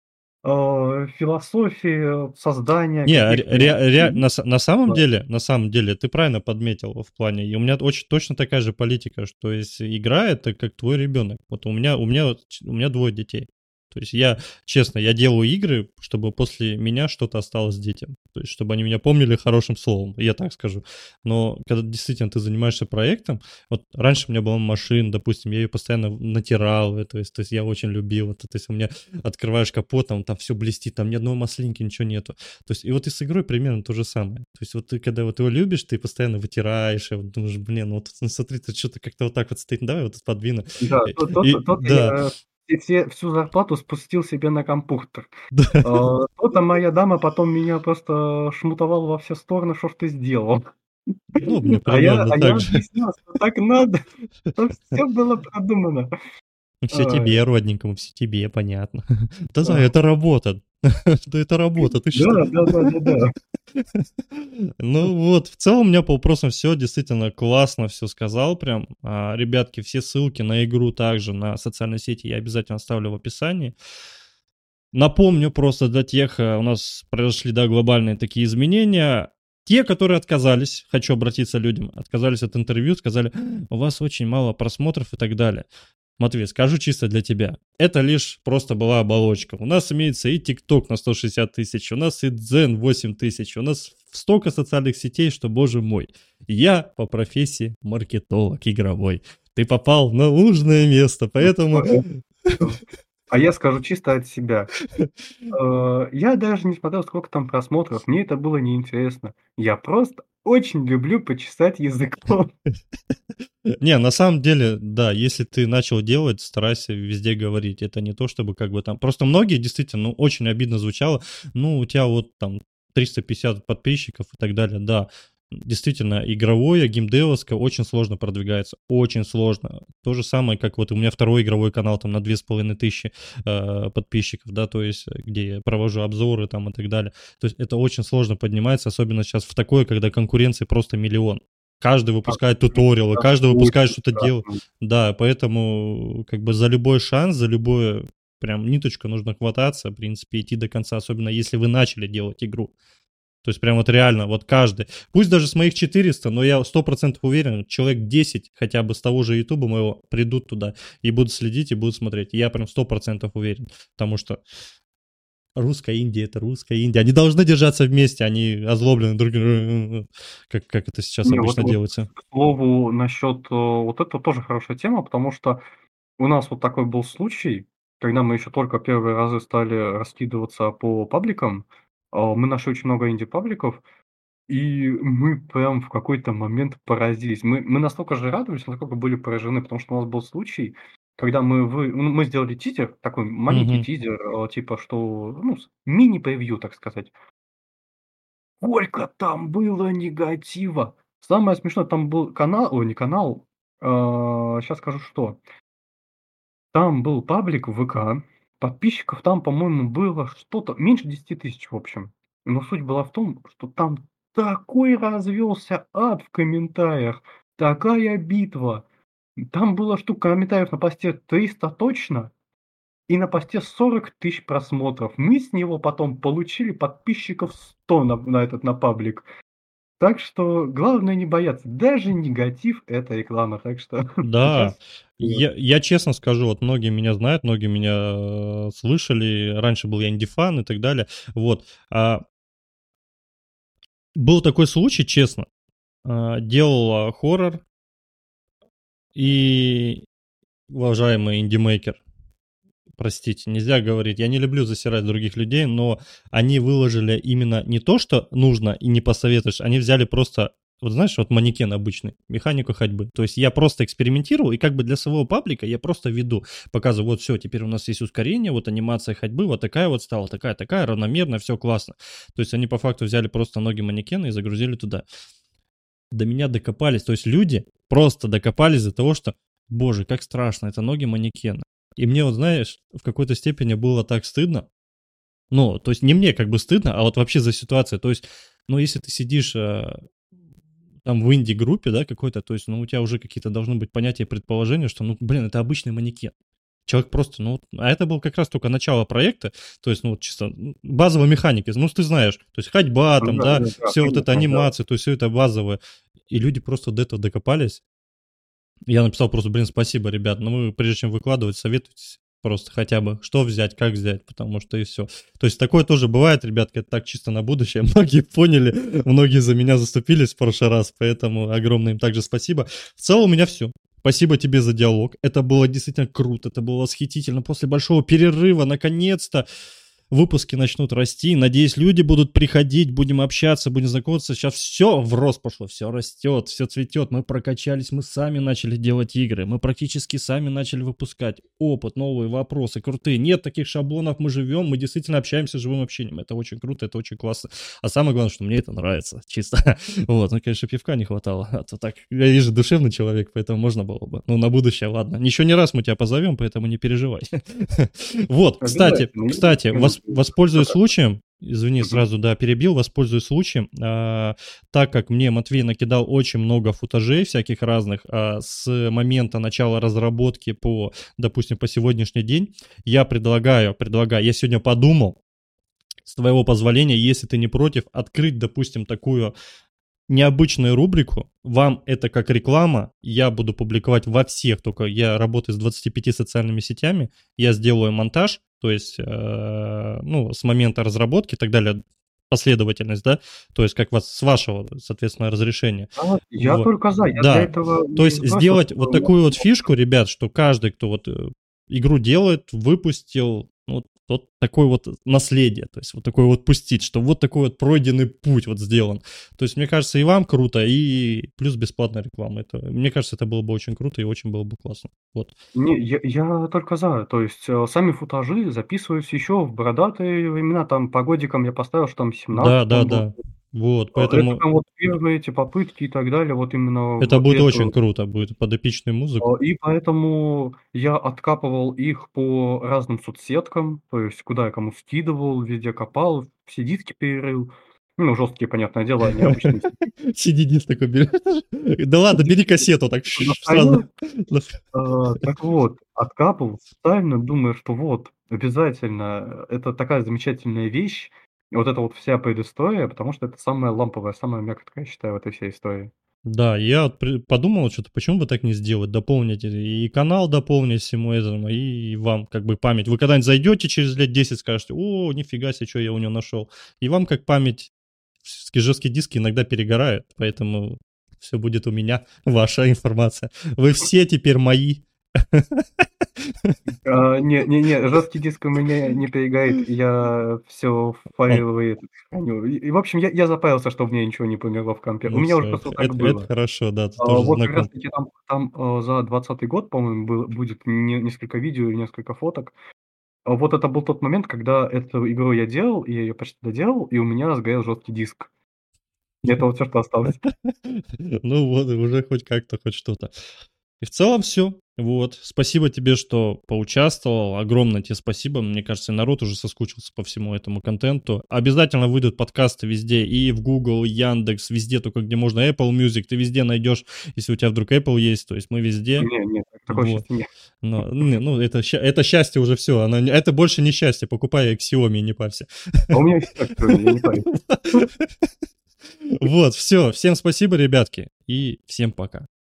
а, философии создания Не, ре каких-то ре ре игр. на са на самом Да. деле на самом деле ты правильно подметил в плане, и у меня очень точно такая же политика, что если игра- это как твой ребенок. Вот у меня у меня вот ч у меня двое детей. То есть я, честно, я делаю игры, чтобы после меня что-то осталось детям. То есть чтобы они меня помнили хорошим словом, я так скажу. Но когда действительно ты занимаешься проектом, вот раньше у меня была машина, допустим, я её постоянно в натирал, э, то есть то есть я очень любил это. То есть у меня открываешь капот, там там всё блестит, там ни одной маслинки, ничего нету. То есть и вот и с игрой примерно то же самое. То есть вот ты когда вот его любишь, ты постоянно вытираешь его, думаешь: "Блин, ну вот ну смотри, тут чё-то как-то вот так вот стоит, давай вот тут подвину". Да, И то то-то и то-то да. я все все всю зарплату спустил себе на компьютер. Да. А, то-то моя дама потом меня просто шмутовала во все стороны: "Что ж ты сделал?" Ну, у меня А я примерно а я так же. объяснял, что так надо, что всё было продумано. Всё Ай. тебе, родненькому, всё тебе, понятно. Да, за А. это работа. Да это работа, ты что? Да, да-да-да-да. Ну вот, в целом у меня по вопросам всё. Действительно классно всё сказал прям. А, ребятки, все ссылки на игру, также на социальные сети я обязательно оставлю в описании. Напомню просто для тех, э, у нас произошли, да, глобальные такие изменения. Те, которые отказались, хочу обратиться к людям, отказались от интервью, сказали: "У вас очень мало просмотров" и так далее. Матвей, скажу чисто для тебя: это лишь просто была оболочка. У нас имеется и "ТикТок" на сто шестьдесят тысяч, у нас и "Дзен" восемь тысяч, у нас стока социальных сетей, что, боже мой. Я по профессии маркетолог игровой. Ты попал на нужное место, поэтому А я скажу чисто от себя. А, я даже не смотрел, сколько там просмотров, мне это было неинтересно. Я просто очень люблю почесать языком. Не, на самом деле, да, если ты начал делать, старайся везде говорить. Это не то чтобы как бы там просто многие действительно, ну, очень обидно звучало: "Ну, у тя вот там триста пятьдесят подписчиков" и так далее. Да, действительно, игровое, геймдевовское очень сложно продвигается, очень сложно. То же самое, как вот у меня второй игровой канал там на две с половиной тысячи, а, подписчиков, да, то есть где я провожу обзоры там и так далее. То есть это очень сложно поднимается, особенно щас в такое, когда конкуренции просто миллион. Каждый выпускает туториалы, каждый выпускает Очень что-то дело страшно. Да, поэтому как бы за любой шанс, за любую прям ниточку нужно хвататься, в принципе, идти до конца, особенно если вы начали делать игру. То есть прям вот реально вот каждый, пусть даже с моих четырёхсот, но я сто процентов уверен, человек десять хотя бы с того же "Ютуба" моего придут туда и будут следить, и будут смотреть. Я прям сто процентов уверен, потому что русская инди- это русская инди. Они должны держаться вместе, они озлоблены друг дру как как это сейчас Не, вот обычно вот, делается. к слову, насчет, э, вот это тоже хорошая тема, потому что у нас вот такой был случай, когда мы еще только первые разы стали раскидываться по пабликам. А, мы нашли очень много инди-пабликов, и мы прям в какой-то момент поразились. Мы мы настолько же радовались, насколько были поражены, потому что у нас был случай, когда мы вы ну, мы сделали тизер, такой маленький Мгм. тизер, а, типа что, ну, с мини-превью, так сказать. Сколько там было негатива! Самое смешное, там был канал, ой, не канал, сейчас скажу что. Там был паблик в ВК, подписчиков там, по-моему, было что-то меньше десяти тысяч, в общем. Но суть была в том, что там такой развелся ад в комментариях, такая битва. Там было штук комментариев на посте триста точно, и на посте сорок тысяч просмотров. Мы с него потом получили подписчиков сто на, на этот на паблик. Так что главное не бояться. Даже негатив — это реклама. Так что Да, сейчас вот. я, я честно скажу, вот многие меня знают, многие меня э, слышали, раньше был я инди-фан и так далее, вот. А, был такой случай, честно, а, делал а, хоррор, и уважаемый инди-мейкер, простите, нельзя говорить, я не люблю засирать других людей, но они выложили именно не то, что нужно и не посоветуешь, они взяли просто, вот знаешь, вот манекен обычный, механику ходьбы. То есть я просто экспериментировал, и как бы для своего паблика я просто веду, показываю, вот все, теперь у нас есть ускорение, вот анимация ходьбы, вот такая вот стала, такая-такая, равномерно, все классно. То есть они по факту взяли просто ноги манекена и загрузили туда. До меня докопались, то есть люди просто докопались из-за того, что, боже, как страшно, это ноги манекена. И мне, вот знаешь, в какой-то степени было так стыдно. Ну, то есть не мне как бы стыдно, а вот вообще за ситуацию. То есть, ну, если ты сидишь э, там в инди-группе, да, какой-то, то есть, ну, у тебя уже какие-то должны быть понятия и предположения, что, ну, блин, это обычный манекен. Человек просто, ну, а это был как раз только начало проекта, то есть, ну, вот чисто ну, базовая механика, ну, ты знаешь, то есть ходьба там, Да, да, да, да, все вот это конечно, да. анимация, то есть все это базовое. И люди просто до этого докопались. Я написал просто, блин, спасибо, ребят, но вы, прежде чем выкладывать, советуйтесь просто хотя бы, что взять, как взять, потому что и все. То есть такое тоже бывает, ребятки, это так чисто на будущее. Многие поняли, многие за меня заступились в прошлый раз, поэтому огромное им также спасибо. В целом у меня все. Спасибо тебе за диалог. Это было действительно круто, это было восхитительно. После большого перерыва, наконец-то, выпуски начнут расти. Надеюсь, люди будут приходить, будем общаться, будем знакомиться. Сейчас все в рост пошло, все растет, все цветет. Мы прокачались, мы сами начали делать игры. Мы практически сами начали выпускать опыт, новые вопросы, крутые. Нет таких шаблонов, мы живем, мы действительно общаемся живым общением. Это очень круто, это очень классно. А самое главное, что мне это нравится, чисто. Вот, ну, конечно, пивка не хватало. А то так, я вижу, душевный человек, поэтому можно было бы. Ну, на будущее, ладно. Еще не раз мы тебя позовем, поэтому не переживай. Вот, кстати, Обязательно. И кстати, минут вос- воспользуюсь что-то. случаем, извини, Мгм. сразу, да, перебил, воспользуюсь случаем, а, так как мне Матвей накидал очень много футажей всяких разных а, с момента начала разработки по, допустим, по сегодняшний день, я предлагаю, предлагаю, я сегодня подумал, с твоего позволения, если ты не против, открыть, допустим, такую необычную рубрику. Вам это как реклама. Я буду публиковать во всех, только я работаю с двадцатью пятью социальными сетями. Я сделаю монтаж, то есть, э, ну, с момента разработки и так далее, последовательность, да, то есть как вас, с вашего, соответственно, разрешения. Да, я Вот. только за. Я для Да, этого то и есть сбросил сделать вот свою такую вот мотивацию. фишку, ребят, что каждый, кто вот э, игру делает, выпустил, ну, вот такое вот наследие, то есть вот такое вот пустить, что вот такой вот пройденный путь вот сделан. То есть мне кажется, и вам круто, и плюс бесплатная реклама. Это, мне кажется, это было бы очень круто и очень было бы классно. Вот. Не, я я только за. То есть, э, сами футажи записываются еще в бородатые времена. Там по годикам я поставил, что там Да, семнадцать, да, по-моему, да. был. Вот, Э, это поэтому там вот первые эти попытки и так далее, вот именно это в будет очень эту. круто, будет под эпичную А, музыку. и поэтому я откапывал их по разным соцсеткам, то есть куда я кому скидывал, везде копал, все диски перерыл. Ну, жесткие, понятное дело, а не обычные си ди. си ди-диск такой берешь. Да Ну, ладно, бери диски кассету, так сразу. достаёшь. А, так вот, откапывал специально, думая, что вот, обязательно, э, это такая замечательная вещь, и вот эта вот вся предыстория, потому что это самая ламповая, самая мякотка, я считаю, в этой всей истории. Да, я вот при- подумал, что-то, почему бы так не сделать, дополнить и канал дополнить всему этому, и вам как бы память. Вы когда-нибудь зайдете через лет десять, скажете, о, нифига себе, что я у него нашел. И вам как память, все жесткие диски иногда перегорают, поэтому все будет у меня, ваша информация. Вы все теперь мои. А, не не не, жесткий диск у меня не перегорит, я все в Он, файловый этот храню. И и, в общем, я я запарился, чтобы мне ничего не померло в компе. У ну меня уже все, просто это, вот так это, это было. хорошо, да, ты А, тоже вот как раз знаком. таки там там, э, за двадцатый год, по-моему, было будет не несколько видео и несколько фоток. А вот это был тот момент, когда эту игру я делал, и я её почти доделал, и у меня сгорел жесткий диск. Это вот все, что осталось. Ну вот, уже хоть как-то, хоть что-то. И в целом все. Вот. Спасибо тебе, что поучаствовал. Огромное тебе спасибо. Мне кажется, народ уже соскучился по всему этому контенту. Обязательно выйдут подкасты везде. И в Google, Яндекс, везде, только где можно. Apple Music ты везде найдешь, если у тебя вдруг Apple есть. То есть мы везде. Не, нет, такого Вот. счастья нет. Но, не, ну, это, ща- это счастье уже все. Оно, не- это больше не счастье. Покупай Xiaomi, не парься. А у меня есть так, что я не парюсь. Вот, все. Всем спасибо, ребятки. И всем пока.